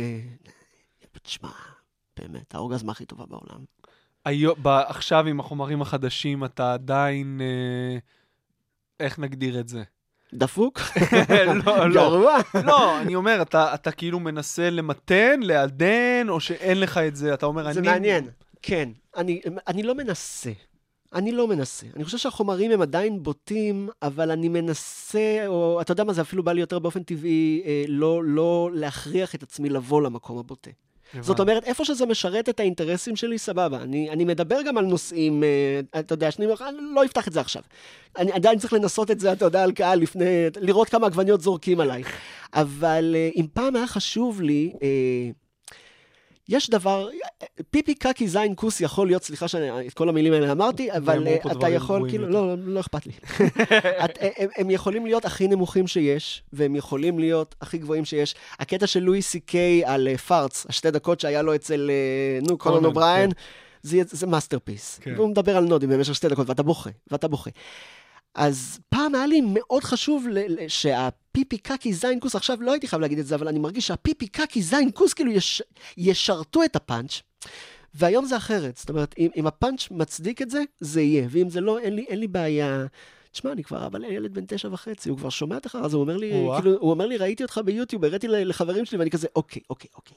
תשמע, באמת, האורגזמה הכי טובה בעולם. היו, עכשיו עם החומרים החדשים, אתה עדיין, אה, איך נגדיר את זה? דפוק? לא, לא. גרוע? לא, אני אומר, אתה, אתה כאילו מנסה למתן, לעדן, או שאין לך את זה, אתה אומר, זה אני... זה מעניין, כן. אני, אני לא מנסה. אני לא מנסה. אני חושב שהחומרים הם עדיין בוטים, אבל אני מנסה, או אתה יודע מה, זה אפילו בא לי יותר באופן טבעי, אה, לא, לא להכריח את עצמי לבוא למקום הבוטה. זאת אומרת, איפה שזה משרת את האינטרסים שלי, סבבה. אני, אני מדבר גם על נושאים, אה, אתה יודע, שאני לא אפתח את זה עכשיו. אני עדיין צריך לנסות את זה, אתה יודע, על קהל, לפני, לראות כמה עגבניות זורקים עליי. אבל אה, אם פעם היה חשוב לי... אה, יש דבר, פיפי קקי זין כוס יכול להיות, סליחה שאת כל המילים האלה אמרתי, אבל אתה יכול, כאילו, לא, לא אכפת לי. הם יכולים להיות הכי נמוכים שיש, והם יכולים להיות הכי גבוהים שיש. הקטע של לואי סי קיי על פארץ, השתי דקות שהיה לו אצל, נו, קונן אובריין, זה מאסטרפיס. והוא מדבר על נודים במשך שתי דקות, ואתה בוכה, ואתה בוכה. אז פעם היה לי מאוד חשוב שהפיפי קקי זין כוס, עכשיו לא הייתי חייב להגיד את זה, אבל אני מרגיש שהפיפי קקי זין כוס כאילו יש, ישרתו את הפאנץ', והיום זה אחרת. זאת אומרת, אם, אם הפאנץ' מצדיק את זה, זה יהיה, ואם זה לא, אין לי, אין לי בעיה. תשמע, אני כבר, אבל ילד בן תשע וחצי, הוא כבר שומע את אחר, אז הוא אומר לי, כאילו, הוא אומר לי, ראיתי אותך ביוטיוב, הראיתי לחברים שלי, ואני כזה, אוקיי, אוקיי, אוקיי.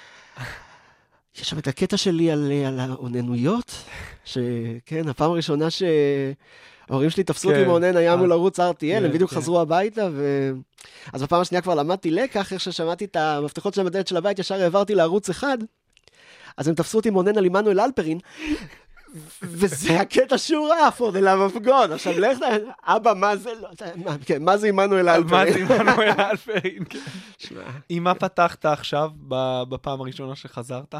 יש שם את הקטע שלי על, על העוננויות, שכן, הפעם הראשונה ש... ההורים שלי תפסו אותי מעונן היה מול ערוץ אר טי אל, הם בדיוק חזרו הביתה, אז בפעם השנייה כבר למדתי לקח, איך ששמעתי את המפתחות של המדלת של הבית, ישר העברתי לערוץ אחד, אז הם תפסו אותי מעונן על עמנואל אלפרין, וזה הקטע שהוא רע, for the love of God. עכשיו, לך, אבא, מה זה, מה זה עמנואל אלפרין? מה זה עמנואל אלפרין? עם מה פתחת עכשיו, בפעם הראשונה שחזרת?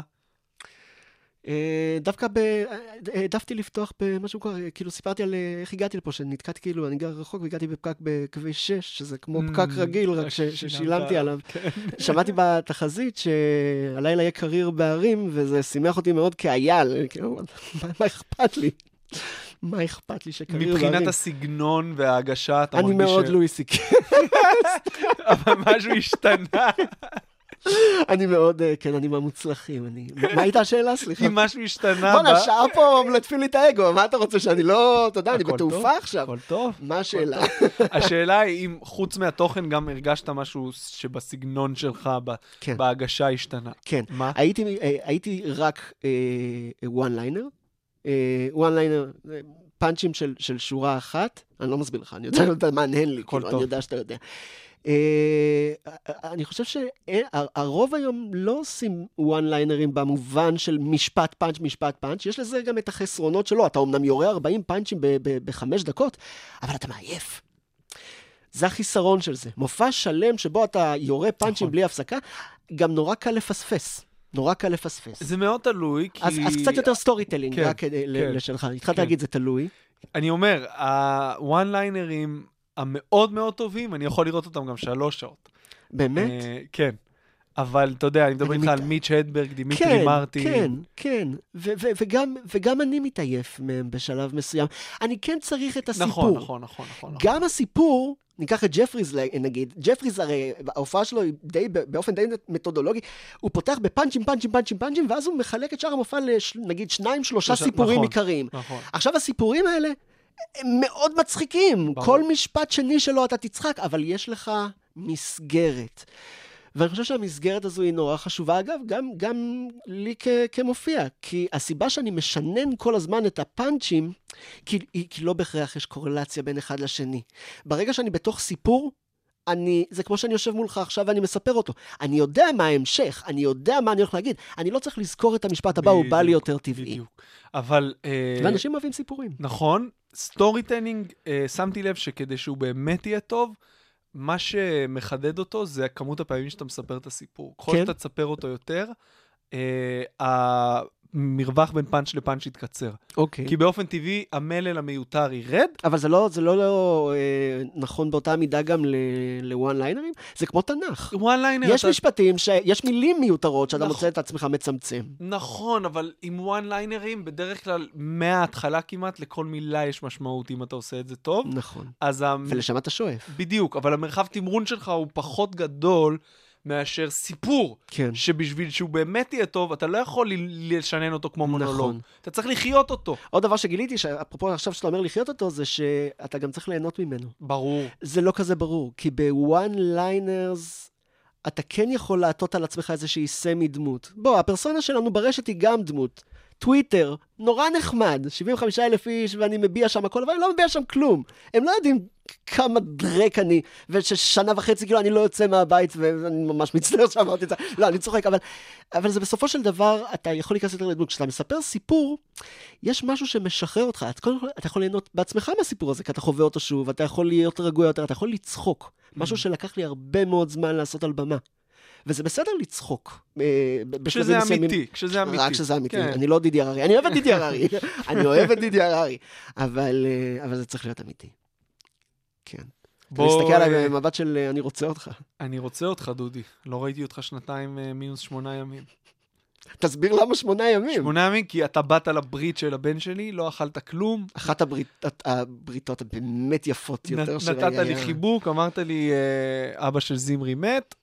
דווקא העדפתי לפתוח במשהו כבר, כאילו סיפרתי על איך הגעתי לפה, שנתקעתי כאילו, אני גר רחוק והגעתי בפקק בכביש שש, שזה כמו פקק רגיל, רק ששילמתי עליו. שמעתי בתחזית שהלילה יהיה קריר בערים, וזה שימח אותי מאוד כאייל, כאילו, מה אכפת לי? מה אכפת לי שקריר בערים? מבחינת הסגנון וההגשה, אתה מרגיש ש... אני מאוד לואי סי קיי. אבל משהו השתנה. אני מאוד, כן, אני מהמוצלחים, אני... מה הייתה השאלה? סליחה. אם משהו השתנה... בוא נשאר פה, מלטפים לי את האגו, מה אתה רוצה שאני לא... אתה יודע, אני בתעופה עכשיו. הכל טוב. מה השאלה? השאלה היא אם חוץ מהתוכן גם הרגשת משהו שבסגנון שלך, בהגשה השתנה. כן. מה? הייתי רק one liner, וואן ליינר, פאנצ'ים של, של שורה אחת, אני לא מסביר לך, אני יודע מה נהן לי, כאילו, אני יודע שאתה יודע. אני חושב שהרוב היום לא עושים וואן ליינרים במובן של משפט פאנץ' משפט פאנץ', יש לזה גם את החסרונות שלו, אתה אומנם יורה ארבעים פאנצ'ים בחמש דקות, אבל אתה מעייף. זה החיסרון של זה. מופע שלם שבו אתה יורה פאנצ'ים בלי הפסקה, גם נורא קל לפספס. נורא קל לפספס. זה מאוד תלוי, כי... אז, אז קצת יותר סטורי טלינג, רק כדי לשלך. התחלת להגיד, זה תלוי. אני אומר, הוואן ליינרים המאוד מאוד טובים, אני יכול לראות אותם גם שלוש שעות. באמת? כן. אבל אתה יודע, אני מדבר איתך על מיץ' הדברג, דימיטרי מרטין. כן, כן, וגם אני מתעייף מהם בשלב מסוים. אני כן צריך את הסיפור. נכון, נכון, נכון, נכון. גם הסיפור, ניקח את ג'פריז נגיד, ג'פריז הרי, ההופעה שלו היא באופן די מתודולוגי, הוא פותח בפאנצ'ים, פאנצ'ים, פאנצ'ים, פאנצ'ים, ואז הוא מחלק את שאר המופע נגיד שניים, שלושה סיפורים עיקריים. עכשיו הסיפורים האלה, הם מאוד מצחיקים. כל משפט שני שלו אתה תצחק, אבל יש לך מסגרת. ואני חושב שהמסגרת הזו היא נורא חשובה, אגב, גם, גם לי כ- כמופיע, כי הסיבה שאני משנן כל הזמן את הפאנצ'ים, כי, כי לא בהכרח יש קורלציה בין אחד לשני. ברגע שאני בתוך סיפור, אני, זה כמו שאני יושב מולך עכשיו ואני מספר אותו. אני יודע מה ההמשך, אני יודע מה אני הולך להגיד, אני לא צריך לזכור את המשפט הבא, הוא בא לי יותר טבעי. בדיוק. אבל... ואנשים אוהבים סיפורים. נכון, סטורי טיילינג, שמתי לב שכדי שהוא באמת יהיה טוב, מה שמחדד אותו זה כמות הפעמים שאתה מספר את הסיפור. ככל שאתה תספר אותו יותר, המרווח בין פאנץ' לפאנץ' יתקצר. אוקיי. כי באופן טבעי, המלל המיותר ירד. אבל זה לא, זה לא, לא נכון באותה מידה גם לוואן ליינרים. זה כמו תנ"ך. וואן ליינר... יש משפטים, יש מילים מיותרות שאתה מוצא את עצמך מצמצם. נכון, אבל עם וואן ליינרים, בדרך כלל, מההתחלה כמעט, לכל מילה יש משמעות אם אתה עושה את זה טוב. נכון. אז... ולשם אתה שואף. בדיוק, אבל המרחב תמרון שלך הוא פחות גדול מאשר סיפור, כן. שבשביל שהוא באמת יהיה טוב, אתה לא יכול לשנן אותו כמו מונולוג. נכון. אתה צריך לחיות אותו. עוד דבר שגיליתי, אפרופו עכשיו שאתה אומר לחיות אותו, זה שאתה גם צריך ליהנות ממנו. ברור. זה לא כזה ברור, כי בוואן ליינרס, אתה כן יכול לעטות על עצמך איזושהי סמי דמות. בוא, הפרסונה שלנו ברשת היא גם דמות. טוויטר, נורא נחמד, שבעים וחמישה אלף איש, ואני מביע שם הכל, אבל אני לא מביע שם כלום. הם לא יודעים כמה דרק אני, וששנה וחצי כאילו אני לא יוצא מהבית, ואני ממש מצטער שאמרתי את זה. לא, אני צוחק, אבל, אבל זה בסופו של דבר, אתה יכול להיכנס יותר לדמות. כשאתה מספר סיפור, יש משהו שמשחרר אותך. אתה, אתה יכול ליהנות בעצמך מהסיפור הזה, כי אתה חווה אותו שוב, אתה יכול להיות רגוע יותר, אתה יכול לצחוק. משהו שלקח לי הרבה מאוד זמן לעשות על במה. וזה בסדר לצחוק. כשזה אמיתי, כשזה אמיתי. רק כשזה אמיתי. אני לא דידי הררי. אני אוהב את דידי הררי. אני אוהב את דידי הררי. אבל זה צריך להיות אמיתי. כן. אתה מסתכל עליי במבט של אני רוצה אותך. אני רוצה אותך, דודי. לא ראיתי אותך שנתיים מינוס שמונה ימים. תסביר למה שמונה ימים. שמונה ימים, כי אתה באת לברית של הבן שלי, לא אכלת כלום. אחת הבריתות הבאמת יפות יותר שראייה. נתת לי חיבוק, אמרת לי, אבא של זמרי מת.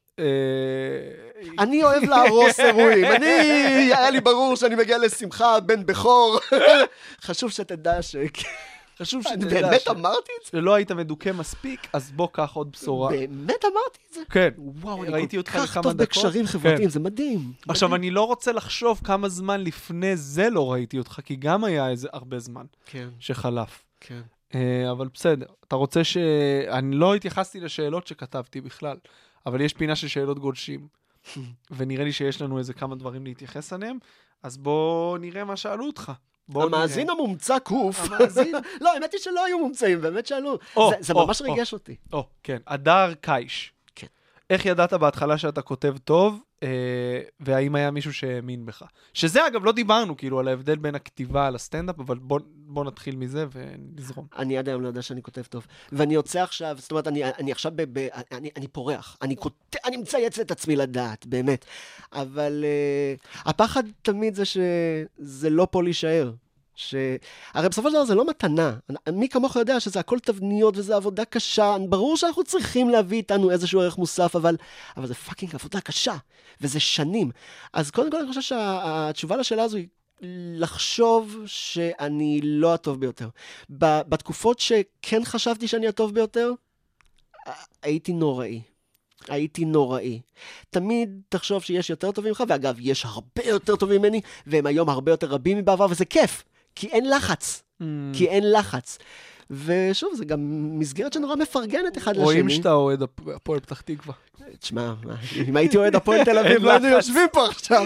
אני אוהב להרוס אירועים. אני, היה לי ברור שאני מגיע לשמחה בן בכור. חשוב שתדע ש... חשוב שתדע באמת אמרתי את זה? שלא היית מדוכא מספיק, אז בוא קח עוד בשורה. באמת אמרתי את זה? כן. וואו, ראיתי אותך לכמה דקות. כך טוב בקשרים חברתיים, זה מדהים. עכשיו, אני לא רוצה לחשוב כמה זמן לפני זה לא ראיתי אותך, כי גם היה איזה הרבה זמן שחלף. כן. אבל בסדר. אתה רוצה ש... אני לא התייחסתי לשאלות שכתבתי בכלל, אבל יש פינה של שאלות גולשים, ונראה לי שיש לנו איזה כמה דברים להתייחס עליהם, אז בוא נראה מה שאלו אותך. המאזין המומצא קוף. המאזין? לא, האמת היא שלא היו מומצאים, באמת שאלו. זה ממש ריגש אותי. או, כן. אדר קייש. כן. איך ידעת בהתחלה שאתה כותב טוב, והאם היה מישהו שהאמין בך? שזה אגב לא דיברנו כאילו על ההבדל בין הכתיבה לסטנדאפ, אבל בוא, בוא נתחיל מזה ונזרום. אני עד היום לא יודע שאני כותב טוב. ואני יוצא עכשיו, זאת אומרת, אני, אני עכשיו, ב, ב, אני, אני פורח. אני כותב, אני מצייץ את עצמי לדעת, באמת. אבל uh, הפחד תמיד זה שזה לא פה להישאר. ש... הרי בסופו של דבר זה לא מתנה. מי כמוך יודע שזה הכל תבניות וזה עבודה קשה. ברור שאנחנו צריכים להביא איתנו איזשהו ערך מוסף, אבל, אבל זה פאקינג עבודה קשה. וזה שנים. אז קודם כל אני חושב שהתשובה לשאלה הזו היא לחשוב שאני לא הטוב ביותר. בתקופות שכן חשבתי שאני הטוב ביותר, הייתי נוראי. הייתי נוראי. תמיד תחשוב שיש יותר טובים ממך, ואגב, יש הרבה יותר טובים ממני, והם היום הרבה יותר רבים מבעבר, וזה כיף. כי אין לחץ. כי אין לחץ. ושוב, זה גם מסגרת שנורא מפרגנת אחד לשני. רואים שאתה אוהד הפועל פתח תקווה. תשמע, אם הייתי אוהד הפועל תל אביב, לא היינו יושבים פה עכשיו.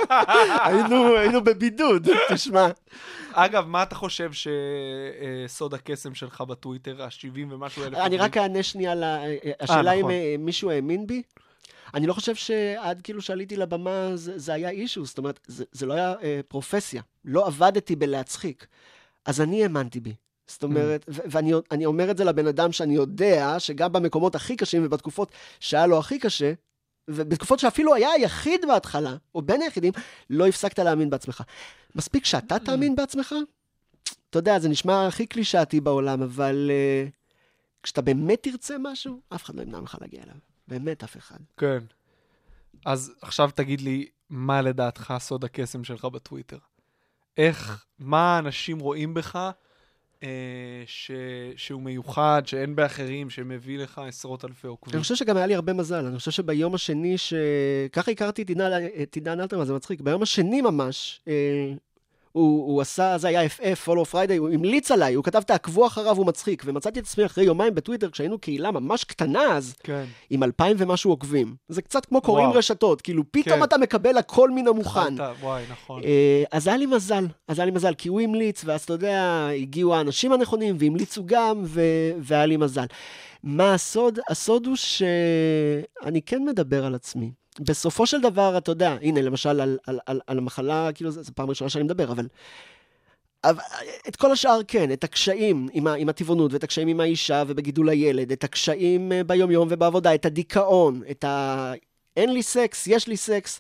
היינו בבידוד, תשמע. אגב, מה אתה חושב שסוד הקסם שלך בטוויטר, ה-שבעים ומשהו אלף? אני רק אענה שנייה לשאלה אם מישהו האמין בי. אני לא חושב שעד כאילו שעליתי לבמה זה היה אישו, זאת אומרת, זה לא היה פרופסיה. לא עבדתי בלהצחיק. אז אני האמנתי בי. זאת אומרת, ואני אומר את זה לבן אדם שאני יודע שגם במקומות הכי קשים ובתקופות שהיה לו הכי קשה, ובתקופות שאפילו היה היחיד בהתחלה, או בין היחידים, לא הפסקת להאמין בעצמך. מספיק שאתה תאמין בעצמך? אתה יודע, זה נשמע הכי קלישאתי בעולם, אבל uh, כשאתה באמת תרצה משהו, אף אחד לא ימנע ממך להגיע אליו. באמת אף אחד. כן. אז עכשיו תגיד לי, מה לדעתך סוד הקסם שלך בטוויטר? איך, מה האנשים רואים בך, ש... שהוא מיוחד, שאין באחרים, שמביא לך עשרות אלפי עוקבים. אני חושב שגם היה לי הרבה מזל. אני חושב שביום השני, ש... ככה הכרתי את עידן אלתרמן, זה מצחיק. ביום השני ממש, הוא, הוא עשה, זה היה אף אף, Follow Friday, הוא המליץ עליי, הוא כתב תעקבו אחריו, הוא מצחיק, ומצאתי את עצמי אחרי יומיים בטוויטר, כשהיינו קהילה ממש קטנה אז, כן. עם אלפיים ומשהו עוקבים. זה קצת כמו קוראים וואו. רשתות, כאילו פתאום כן. אתה מקבל הכל מן המוכן. אתה, וואי, נכון. אז היה לי מזל, אז היה לי מזל, כי הוא המליץ, ואז אתה יודע, הגיעו האנשים הנכונים, והמליצו גם, ו... והיה לי מזל. מה הסוד? הסוד הוא שאני כן מדבר על עצמי. בסופו של דבר, אתה יודע, הנה, למשל, על, על, על, על המחלה, כאילו, זו פעם ראשונה שאני מדבר, אבל, אבל את כל השאר כן, את הקשיים עם, ה, עם הטבעונות, ואת הקשיים עם האישה ובגידול הילד, את הקשיים ביום-יום ובעבודה, את הדיכאון, את ה... אין לי סקס, יש לי סקס.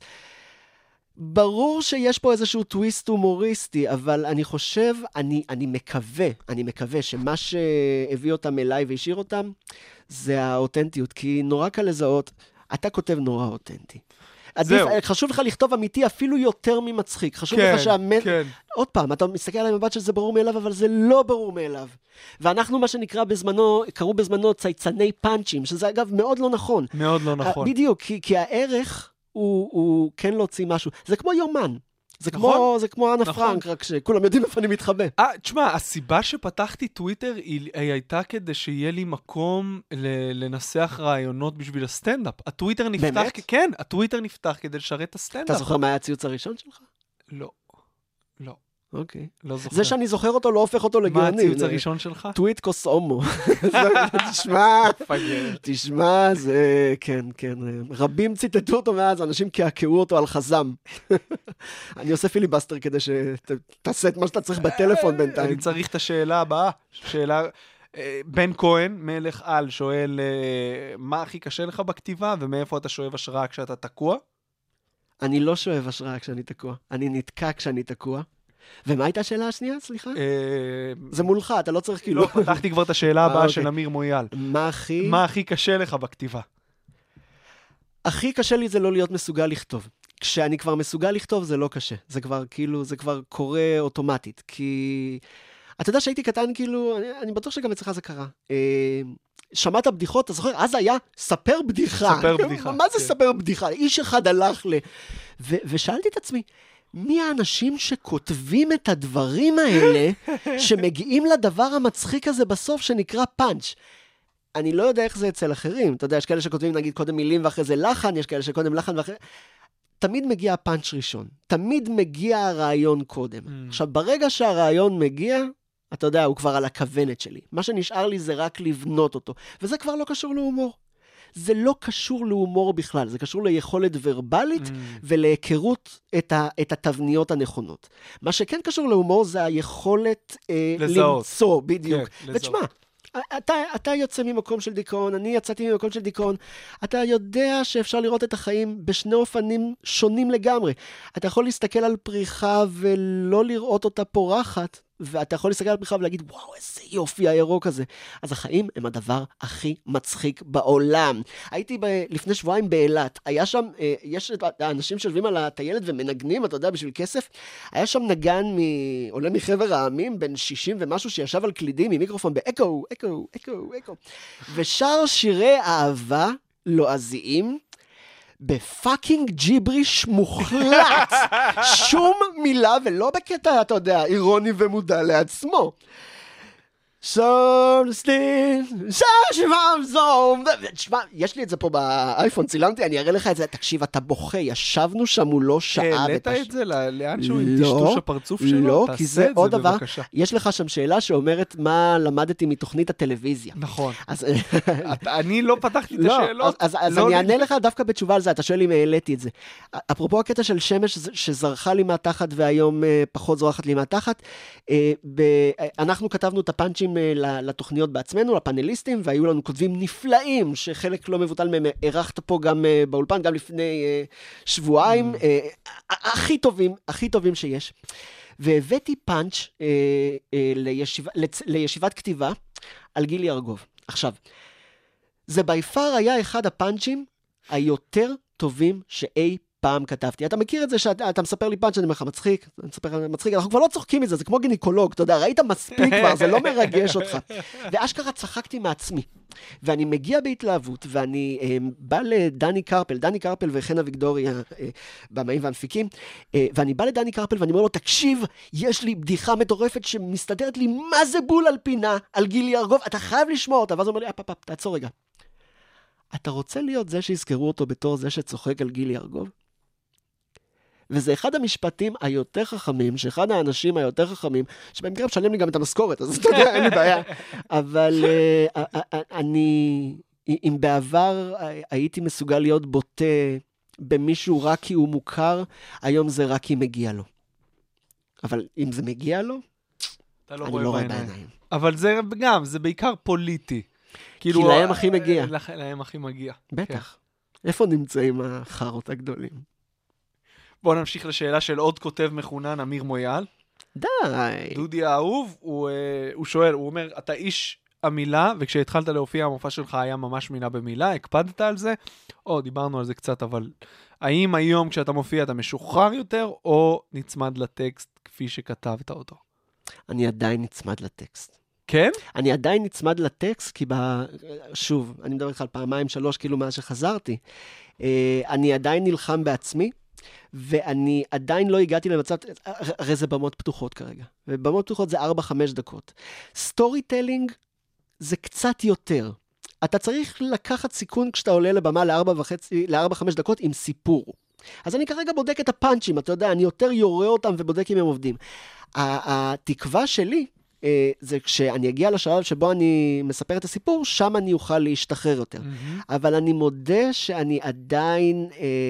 ברור שיש פה איזשהו טוויסט הומוריסטי, אבל אני חושב, אני, אני מקווה, אני מקווה שמה שהביא אותם אליי והשאיר אותם, זה האותנטיות, כי נורא קל לזהות, אתה כותב נורא אותנטי. עדיף, חשוב לך לכתוב אמיתי אפילו יותר ממצחיק. חשוב כן, לך שהאמת... כן. עוד פעם, אתה מסתכל על המבט שזה ברור מאליו, אבל זה לא ברור מאליו. ואנחנו, מה שנקרא בזמנו, קראו בזמנו צייצני פאנצ'ים, שזה אגב מאוד לא נכון. מאוד לא נכון. בדיוק, כי, כי הערך הוא, הוא כן להוציא משהו. זה כמו יומן. זה נכון? כמו, זה כמו אנה נכון. פרנק, רק שכולם יודעים איפה אני מתחבא. אה, תשמע, הסיבה שפתחתי טוויטר היא, היא הייתה כדי שיהיה לי מקום ל- לנסח רעיונות בשביל הסטנדאפ. הטוויטר נפתח... באמת? כן, הטוויטר נפתח כדי לשרת את הסטנדאפ. אתה זוכר מה היה הציוץ הראשון שלך? לא. לא. אוקיי. לא זוכר. זה שאני זוכר אותו לא הופך אותו לגאוני. מה הציוץ הראשון שלך? טוויט קוסומו. תשמע, תשמע, זה, כן, כן. רבים ציטטו אותו מאז, אנשים קעקעו אותו על חזם. אני עושה פיליבסטר כדי שתעשה את מה שאתה צריך בטלפון בינתיים. אני צריך את השאלה הבאה. שאלה... בן כהן, מלך על, שואל, מה הכי קשה לך בכתיבה, ומאיפה אתה שואב השראה כשאתה תקוע? אני לא שואב השראה כשאני תקוע. אני נתקע כשאני תקוע. ומה הייתה השאלה השנייה? סליחה? זה מולך, אתה לא צריך כאילו... לא, פתחתי כבר את השאלה הבאה של אמיר מויאל. מה הכי... מה הכי קשה לך בכתיבה? הכי קשה לי זה לא להיות מסוגל לכתוב. כשאני כבר מסוגל לכתוב זה לא קשה. זה כבר כאילו, זה כבר קורה אוטומטית. כי... אתה יודע שהייתי קטן כאילו, אני, אני בטוח שגם אצלך זה קרה. שמעת בדיחות, אתה זוכר? אז היה ספר בדיחה. ספר בדיחה. מה זה כן. ספר בדיחה? איש אחד הלך ל... ו- ושאלתי את עצמי, מי האנשים שכותבים את הדברים האלה, שמגיעים לדבר המצחיק הזה בסוף שנקרא פאנץ'? אני לא יודע איך זה אצל אחרים. אתה יודע, יש כאלה שכותבים נגיד קודם מילים ואחרי זה לחן, יש כאלה שקודם לחן ואחרי... תמיד מגיע הפאנץ' ראשון. תמיד מגיע הרעיון קודם. Mm. עכשיו, ברגע שהרעיון מגיע, אתה יודע, הוא כבר על הכוונת שלי. מה שנשאר לי זה רק לבנות אותו. וזה כבר לא קשור להומור. זה לא קשור להומור בכלל. זה קשור ליכולת ורבלית mm. ולהיכרות את, ה, את התבניות הנכונות. מה שכן קשור להומור זה היכולת אה, למצוא, בדיוק. כן, ותשמע, אתה, אתה יוצא ממקום של דיכאון, אני יצאתי ממקום של דיכאון, אתה יודע שאפשר לראות את החיים בשני אופנים שונים לגמרי. אתה יכול להסתכל על פריחה ולא לראות אותה פורחת, ואתה יכול להסתכל על פריחה ולהגיד, וואו, איזה יופי הירוק הזה. אז החיים הם הדבר הכי מצחיק בעולם. הייתי ב- לפני שבועיים באילת, היה שם, אה, יש האנשים שיושבים על הטיילת ומנגנים, אתה יודע, בשביל כסף, היה שם נגן מ- עולה מחבר העמים, בין שישים ומשהו, שישב על קלידים עם מיקרופון באקו, אקו, אקו, אקו, ושר שירי אהבה לועזיים, בפאקינג ג'יבריש מוחלט. שום מילה, ולא בקטע, אתה יודע, אירוני ומודע לעצמו. שום סטין, שום זום. תשמע, יש לי את זה פה באייפון, צילמתי, אני אראה לך את זה. תקשיב, אתה בוכה, ישבנו שם מולו שעה. העלית את זה לאן שהוא עם טשטוש הפרצוף שלו? לא, כי זה עוד דבר. יש לך שם שאלה שאומרת מה למדתי מתוכנית הטלוויזיה. נכון. אני לא פתחתי את השאלות. אז אני אענה לך דווקא בתשובה על זה, אתה שואל לי אם העליתי את זה. אפרופו הקטע של שמש שזרחה לי מהתחת והיום פחות זורחת לי מהתחת, אנחנו כתבנו את הפאנצ'ים לתוכניות בעצמנו, לפאנליסטים, והיו לנו כותבים נפלאים, שחלק לא מבוטל מהם, ערכת פה גם באולפן, גם לפני שבועיים, הכי טובים, הכי טובים שיש. והבאתי פאנץ' לישיבת כתיבה על גילי ארגוב. עכשיו, זה ביפר היה אחד הפאנצ'ים היותר טובים שאי פעם כתבתי. אתה מכיר את זה שאתה מספר לי פאנץ', אני אומר לך מצחיק, אני מספר מצחיק, אנחנו כבר לא צוחקים מזה, זה כמו גינקולוג, אתה יודע, ראית מספיק כבר, זה לא מרגש אותך. ואשכרה צחקתי מעצמי. ואני מגיע בהתלהבות, ואני אה, בא לדני קרפל, דני קרפל וכן אביגדורי, אה, במאים והמפיקים, אה, ואני בא לדני קרפל ואני אומר לו, תקשיב, יש לי בדיחה מטורפת שמסתדרת לי מה זה בול על פינה, על גילי ארגוב, אתה חייב לשמוע אותה. ואז הוא אומר לי, אפ, אפ, אפ, תעצור רגע. אתה רוצה להיות זה שיזכרו אותו בתור זה שצוחק על גילי ארגוב? וזה אחד המשפטים היותר חכמים, שאחד האנשים היותר חכמים, שבמקרה משלם לי גם את המשכורת, אז אתה יודע, אין לי בעיה. אבל uh, אני, אם בעבר הייתי מסוגל להיות בוטה במישהו רק כי הוא מוכר, היום זה רק כי מגיע לו. אבל אם זה מגיע לו, אתה לא אני רואה לא רואה בעיניים. בעיניים. אבל זה גם, זה בעיקר פוליטי. כי להם הכי מגיע. להם הכי מגיע. בטח. איפה נמצאים החרות הגדולים? בואו נמשיך לשאלה של עוד כותב מחונן, אמיר מויאל. די. דודי האהוב, הוא, הוא שואל, הוא אומר, אתה איש המילה, וכשהתחלת להופיע, המופע שלך היה ממש מילה במילה, הקפדת על זה, או דיברנו על זה קצת, אבל האם היום כשאתה מופיע אתה משוחרר יותר, או נצמד לטקסט כפי שכתבת אותו? אני עדיין נצמד לטקסט. כן? אני עדיין נצמד לטקסט, כי ב... שוב, אני מדבר לך על פעמיים, שלוש, כאילו מאז שחזרתי. אני עדיין נלחם בעצמי, ואני עדיין לא הגעתי למצב, הרי זה במות פתוחות כרגע, ובמות פתוחות זה ארבע חמש דקות. סטורי טלינג זה קצת יותר. אתה צריך לקחת סיכון כשאתה עולה לבמה לארבע וחצי, לארבע חמש דקות עם סיפור. אז אני כרגע בודק את הפאנצ'ים, אתה יודע, אני יותר יורה אותם ובודק אם הם עובדים. התקווה שלי, זה כשאני אגיע לשלב שבו אני מספר את הסיפור, שם אני אוכל להשתחרר יותר. Mm-hmm. אבל אני מודה שאני עדיין,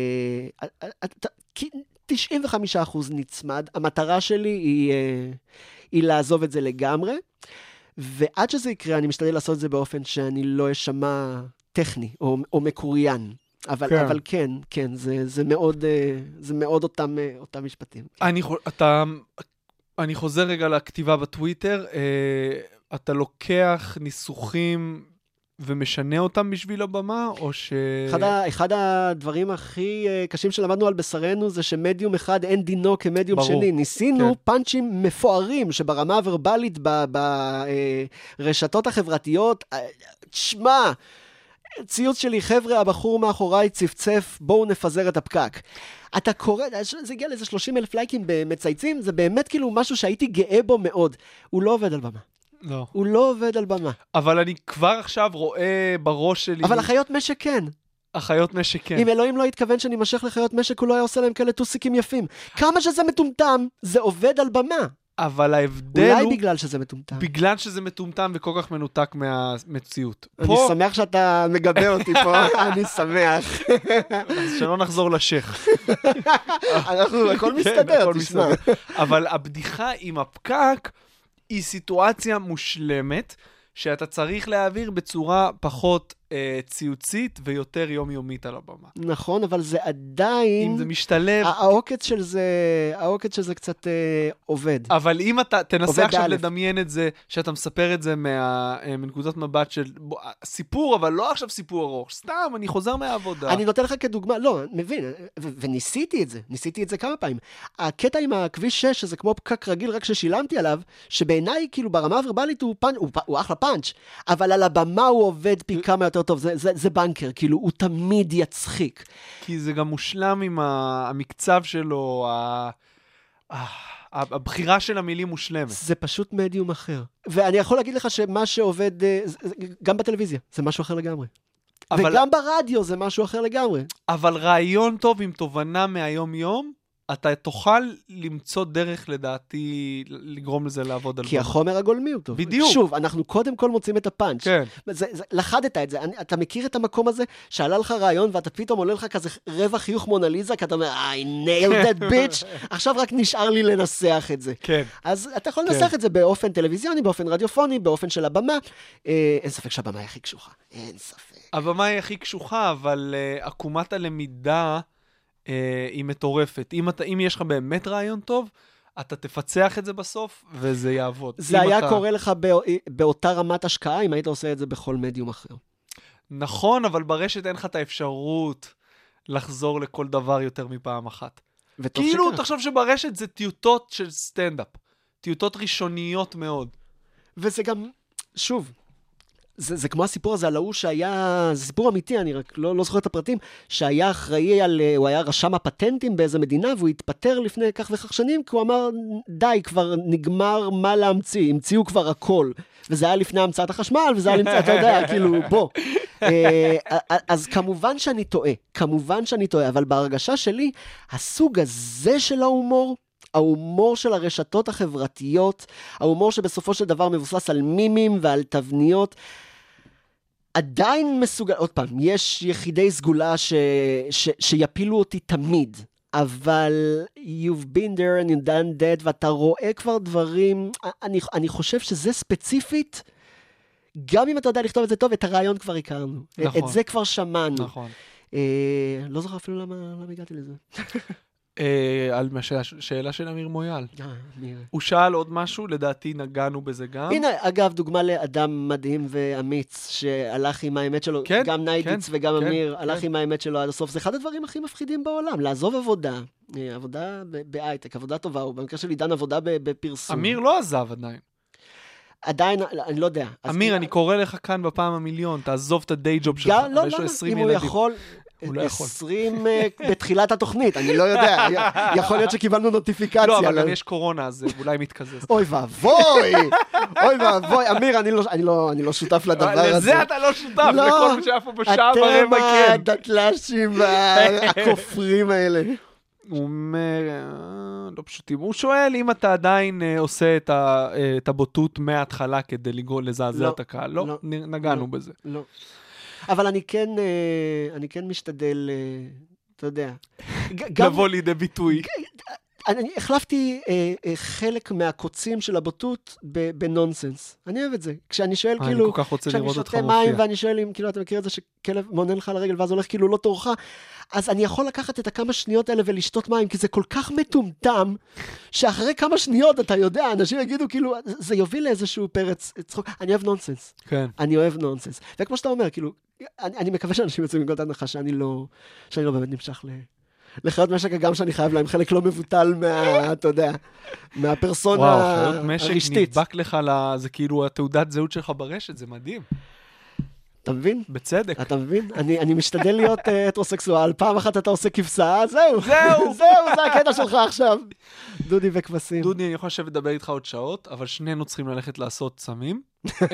תשעים וחמישה אחוז נצמד, המטרה שלי היא, היא לעזוב את זה לגמרי, ועד שזה יקרה, אני משתדל לעשות את זה באופן שאני לא אשמע טכני או, או מקוריין. אבל כן, אבל כן, כן, זה, זה מאוד, זה מאוד אותם, אותם משפטים. אני, אתה... אני חוזר רגע לכתיבה בטוויטר, אתה לוקח ניסוחים ומשנה אותם בשביל הבמה, או ש... אחד, אחד הדברים הכי קשים שלמדנו על בשרנו, זה שמדיום אחד אין דינו כמדיום ברור. שני. ניסינו כן. פאנצ'ים מפוארים, שברמה הוורבלית, ברשתות החברתיות, תשמע, ציוץ שלי, חבר'ה, הבחור מאחוריי צפצף, בואו נפזר את הפקק. אתה קורא, זה הגיע לאיזה שלושים אלף לייקים במצייצים, זה באמת כאילו משהו שהייתי גאה בו מאוד. הוא לא עובד על במה. לא. הוא לא עובד על במה. אבל אני כבר עכשיו רואה בראש שלי... אבל החיות משק כן. החיות משק כן. אם אלוהים לא התכוון שאני משך לחיות משק, הוא לא היה עושה להם כאלה טוסיקים יפים. כמה שזה מטומטם, זה עובד על במה. אבל ההבדל הוא... אולי בגלל שזה מטומטם. בגלל שזה מטומטם וכל כך מנותק מהמציאות. אני פה... שמח שאתה מגבה אותי פה, אני שמח. אז שלא נחזור לשך. אנחנו, הכל מסתדר, תשמע. אבל הבדיחה עם הפקק היא סיטואציה מושלמת, שאתה צריך להעביר בצורה פחות אה, ציוצית ויותר יומיומית על הבמה. נכון, אבל זה עדיין... אם זה משתלב... העוקץ של זה, העוקץ של זה קצת אה, עובד. אבל אם אתה תנסה עכשיו באלף. לדמיין את זה, שאתה מספר את זה מה, מנקודת מבט של בוא, סיפור, אבל לא עכשיו סיפור ארוך, סתם, אני חוזר מהעבודה. אני נותן לך כדוגמה, לא, מבין, ו- וניסיתי את זה, ניסיתי את זה כמה פעמים. הקטע עם הכביש שש, שזה כמו פקק רגיל, רק ששילמתי עליו, שבעיניי, כאילו, ברמה הוורבלית הוא, פאנ... הוא, הוא אחלה פאנץ', אבל על הבמה הוא עובד פי כמה יותר יותר טוב, זה, זה, זה בנקר, כאילו, הוא תמיד יצחיק. כי זה גם מושלם עם ה- המקצב שלו, ה- ה- הבחירה של המילים מושלמת. זה פשוט מדיום אחר. ואני יכול להגיד לך שמה שעובד, אה, זה- זה- גם בטלוויזיה, זה משהו אחר לגמרי. אבל- וגם ברדיו זה משהו אחר לגמרי. אבל רעיון טוב עם תובנה מהיום-יום, אתה תוכל למצוא דרך, לדעתי, לגרום לזה לעבוד על כי במה. החומר הגולמי הוא טוב. בדיוק. שוב, אנחנו קודם כל מוצאים את הפאנץ'. כן. זה, זה, לחדת את זה. אני, אתה מכיר את המקום הזה שעלה לך רעיון ואתה פתאום עולה לך כזה רבע חיוך מונליזה, כי אתה אומר, I nailed that bitch, עכשיו רק נשאר לי לנסח את זה. כן. אז אתה יכול כן. לנסח את זה באופן טלוויזיוני, באופן רדיופוני, באופן של הבמה. אה, אין ספק שהבמה היא הכי קשוחה. אין ספק. הבמה היא הכי קשוחה, אבל uh, עקומת הלמידה uh, היא מטורפת. אם, אתה, אם יש לך באמת רעיון טוב, אתה תפצח את זה בסוף, וזה יעבוד. זה אם היה אתה... קורה לך בא, באותה רמת השקעה, אם היית עושה את זה בכל מדיום אחר. נכון, אבל ברשת אין לך את האפשרות לחזור לכל דבר יותר מפעם אחת. וטוב כאילו, שכך. תחשוב שברשת זה טיוטות של סטנדאפ. טיוטות ראשוניות מאוד. וזה גם, שוב, זה, זה כמו הסיפור הזה על ההוא שהיה, זה סיפור אמיתי, אני רק לא, לא זוכר את הפרטים, שהיה אחראי על, הוא היה רשם הפטנטים באיזה מדינה, והוא התפטר לפני כך וכך שנים, כי הוא אמר, די, כבר נגמר מה להמציא, המציאו כבר הכל. וזה היה לפני המצאת החשמל, וזה היה למצוא, אתה יודע, כאילו, בוא. אז כמובן שאני טועה, כמובן שאני טועה, אבל בהרגשה שלי, הסוג הזה של ההומור, ההומור של הרשתות החברתיות, ההומור שבסופו של דבר מבוסס על מימים ועל תבניות, עדיין מסוגל, עוד פעם, יש יחידי סגולה ש, ש, שיפילו אותי תמיד, אבל you've been there and you've done that, ואתה רואה כבר דברים, אני, אני חושב שזה ספציפית, גם אם אתה יודע לכתוב את זה טוב, את הרעיון כבר הכרנו. נכון. את זה כבר שמענו. נכון. אה, לא זוכר אפילו למה, למה הגעתי לזה. אה, על השאלה, שאלה של אמיר מויאל. אה, נראה. הוא שאל עוד משהו, לדעתי נגענו בזה גם. הנה, אגב, דוגמה לאדם מדהים ואמיץ, שהלך עם האמת שלו, כן, גם ניידיץ כן, וגם כן, אמיר, כן. הלך עם האמת שלו עד הסוף. זה אחד הדברים הכי מפחידים בעולם, לעזוב עבודה, אה, עבודה ב- בהייטק, עבודה טובה, או במקרה של עידן עבודה ב- בפרסום. אמיר לא עזב עדיין. עדיין, אני לא יודע. אז אמיר, אם- אני קורא לך כאן בפעם המיליון, תעזוב את הדיי ג'וב שלך. גם, לא, יש לו לא, עשרים אם הוא ילדים. יכול... הוא לא יכול. עשרים אה, בתחילת התוכנית, אני לא יודע, יכול להיות שקיבלנו נוטיפיקציה. לא, אבל גם יש קורונה, אז אולי מתקזז. אוי ואבוי, אוי ואבוי, אמיר, אני לא, אני לא, אני לא שותף לדבר הזה. לזה אתה לא שותף, לא, לכל מה שהיה פה בשעה אתם ברבע, כן. הדתל"שים והכופרים האלה. הוא אומר, אה, לא פשוטים. הוא שואל אם אתה עדיין אה, עושה את ה- אה, את הבוטות מההתחלה כדי לגרום לזעזע לא, את הקהל. לא, לא, נ- נגענו לא. בזה. לא. אבל אני כן, אה, אני כן משתדל, אה, אתה יודע. ג- גם- לבוא לידי ביטוי. אני החלפתי אה, אה, חלק מהקוצים של הבוטות ב- בנונסנס. אני אוהב את זה. כשאני שואל, אה, כאילו, אני כל כך רוצה כשאני לראות אותך שותה מים מופיע. ואני שואל אם, כאילו, אתה מכיר את זה שכלב מונן לך על הרגל ואז הולך כאילו לא תורך, אז אני יכול לקחת את הכמה שניות האלה ולשתות מים, כי זה כל כך מטומטם, שאחרי כמה שניות, אתה יודע, אנשים יגידו, כאילו, זה יוביל לאיזשהו פרץ צחוק. אני אוהב נונסנס. כן. אני אוהב נונסנס. וכמו שאתה אומר, כאילו, אני, אני מקווה שאנשים יוצאים מנקודת הנחה שאני לא, שאני לא באמת נמשך ל... לחיות משק, גם שאני חייב להם חלק לא מבוטל מה, אתה יודע, מהפרסונה וואו, חיות משק הרשתית. נדבק לך, ל- זה כאילו התעודת זהות שלך ברשת, זה מדהים. אתה מבין? בצדק. אתה מבין? אני, אני משתדל להיות uh, הטרוסקסואל, פעם אחת אתה עושה כבשה, זהו. זהו. זהו, זה הקטע שלך עכשיו. דודי וכבשים. דודי, אני יכול לשבת לדבר איתך עוד שעות, אבל שנינו צריכים ללכת לעשות סמים.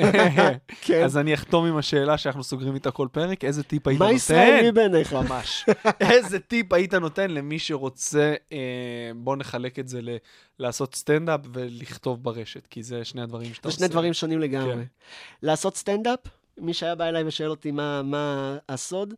כן. אז אני אחתום עם השאלה שאנחנו סוגרים איתה כל פרק, איזה טיפ היית מה נותן? ישראלי בעיניך? ממש. איזה טיפ היית נותן למי שרוצה, אה, בוא נחלק את זה ל- לעשות סטנדאפ ולכתוב ברשת, כי זה שני הדברים שאתה זה עושה. שני דברים שונים לגמרי. כן. לעשות סטנדאפ, מי שהיה בא אליי ושואל אותי מה, מה הסוד,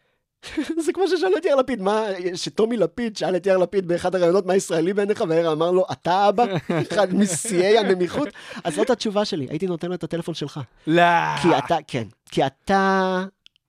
זה כמו ששאלו את יאיר לפיד, מה, שטומי לפיד שאל את יאיר לפיד באחד הרעיונות מה ישראלי בעיניך, ויאיר אמר לו, אתה אבא? אחד משיאי הנמיכות. אז זאת התשובה שלי, הייתי נותן לו את הטלפון שלך. לא. כי אתה, כן, כי אתה,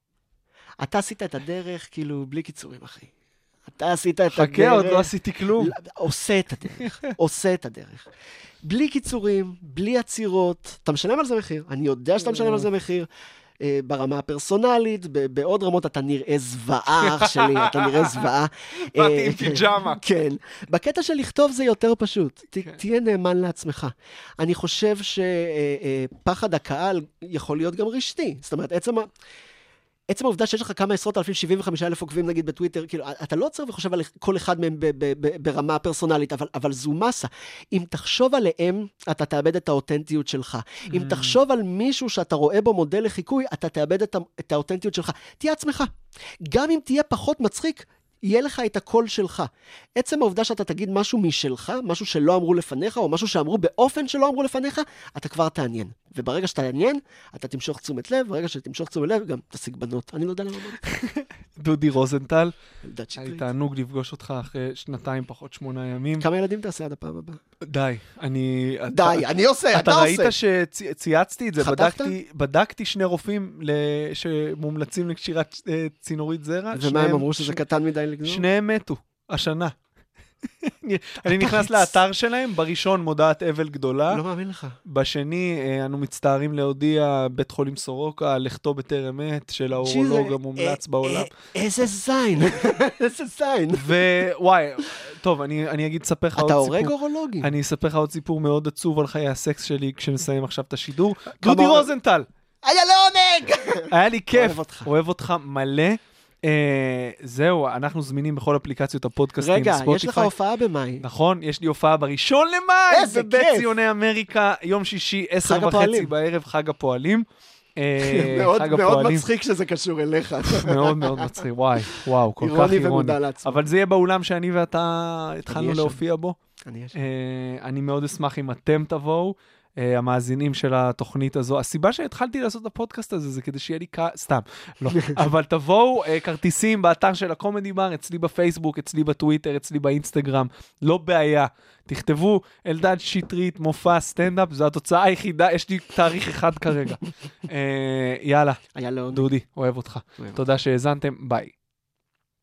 אתה עשית את הדרך, כאילו, בלי קיצורים, אחי. אתה עשית את הדרך. חכה, עוד לא עשיתי כלום. עושה את הדרך, עושה את הדרך. בלי קיצורים, בלי עצירות, אתה משלם על זה מחיר. אני יודע שאתה משלם על זה מחיר. אה, ברמה הפרסונלית, ב- בעוד רמות אתה נראה זוועה, אח שלי, אתה נראה זוועה. באתי עם אה, פיג'מה. כן. בקטע של לכתוב זה יותר פשוט. ת- כן. תהיה נאמן לעצמך. אני חושב שפחד הקהל יכול להיות גם רשתי. זאת אומרת, עצם ה... עצם העובדה שיש לך כמה עשרות אלפים, שבעים וחמישה אלף עוקבים נגיד בטוויטר, כאילו, אתה לא עוצר וחושב על כל אחד מהם ב- ב- ב- ברמה פרסונלית, אבל, אבל זו מסה. אם תחשוב עליהם, אתה תאבד את האותנטיות שלך. אם תחשוב על מישהו שאתה רואה בו מודל לחיקוי, אתה תאבד את, ה- את האותנטיות שלך. תהיה עצמך. גם אם תהיה פחות מצחיק, יהיה לך את הקול שלך. עצם העובדה שאתה תגיד משהו משלך, משהו שלא אמרו לפניך, או משהו שאמרו באופן שלא אמרו לפניך, אתה כבר תעניין. וברגע שאתה תעניין, אתה תמשוך תשומת לב, ברגע שתמשוך תשומת לב, גם תשיג בנות. אני לא יודע למה בנות. דודי רוזנטל, אלדד שטרית. היה תענוג לפגוש אותך אחרי שנתיים פחות שמונה ימים. כמה ילדים תעשה עד הפעם הבאה? די, אני... די, אני עושה, אתה עושה. אתה ראית שצייצתי את זה, חתכת? בדקתי, בדקתי שני רופאים ל- שמומלצים לקשירת אה, צינורית זרע. ומה שניהם- הם אמרו שזה קטן מדי לגנוב? שניהם מתו, השנה. אני נכנס לאתר שלהם, בראשון מודעת אבל גדולה, לא מאמין לך. בשני אה, אנו מצטערים להודיע בית חולים סורוקה, לכתו בטרם עת של האורולוג שזה- המומלץ אה, בעולם. אה, איזה זין, איזה זין. ווואי, טוב, אני אני אגיד, ספר לך עוד אתה סיפור. הורג אורולוגים. אני אספר לך עוד סיפור מאוד עצוב על חיי הסקס שלי כשנסיים עכשיו את השידור. דודי כמה- רוזנטל, היה לעונג! היה לי כיף. אוהב אותך. אוהב אותך מלא. אה, זהו, אנחנו זמינים בכל אפליקציות הפודקאסטים, רגע, יש לך ספוטיפיי. הופעה במאי. נכון, יש לי הופעה בראשון למאי, איזה בבית כיף. ציוני אמריקה, יום שישי, עשר חג וחצי הפועלים. בערב, חג הפועלים. אה, מאוד חג מאוד הפועלים. מצחיק שזה קשור אליך. מאוד מאוד מצחיק, וואי, וואו, כל כך אירוני אירוני. ומודע לעצמו. אבל זה יהיה באולם שאני ואתה התחלנו אהיה שם. להופיע בו. אני יש. אה, אני מאוד אשמח אם אתם תבואו, אה, המאזינים של התוכנית הזו. הסיבה שהתחלתי לעשות את הפודקאסט הזה זה כדי שיהיה לי קה... סתם, לא. אבל תבואו, אה, כרטיסים באתר של הקומדי בר, אצלי בפייסבוק, אצלי בטוויטר, אצלי באינסטגרם, לא בעיה. תכתבו אלדד שטרית, מופע סטנדאפ, זו התוצאה היחידה, יש לי תאריך אחד כרגע. אה, יאללה, היה לעונג. דודי, אוהב אותך. אוהב תודה שהאזנתם, ביי.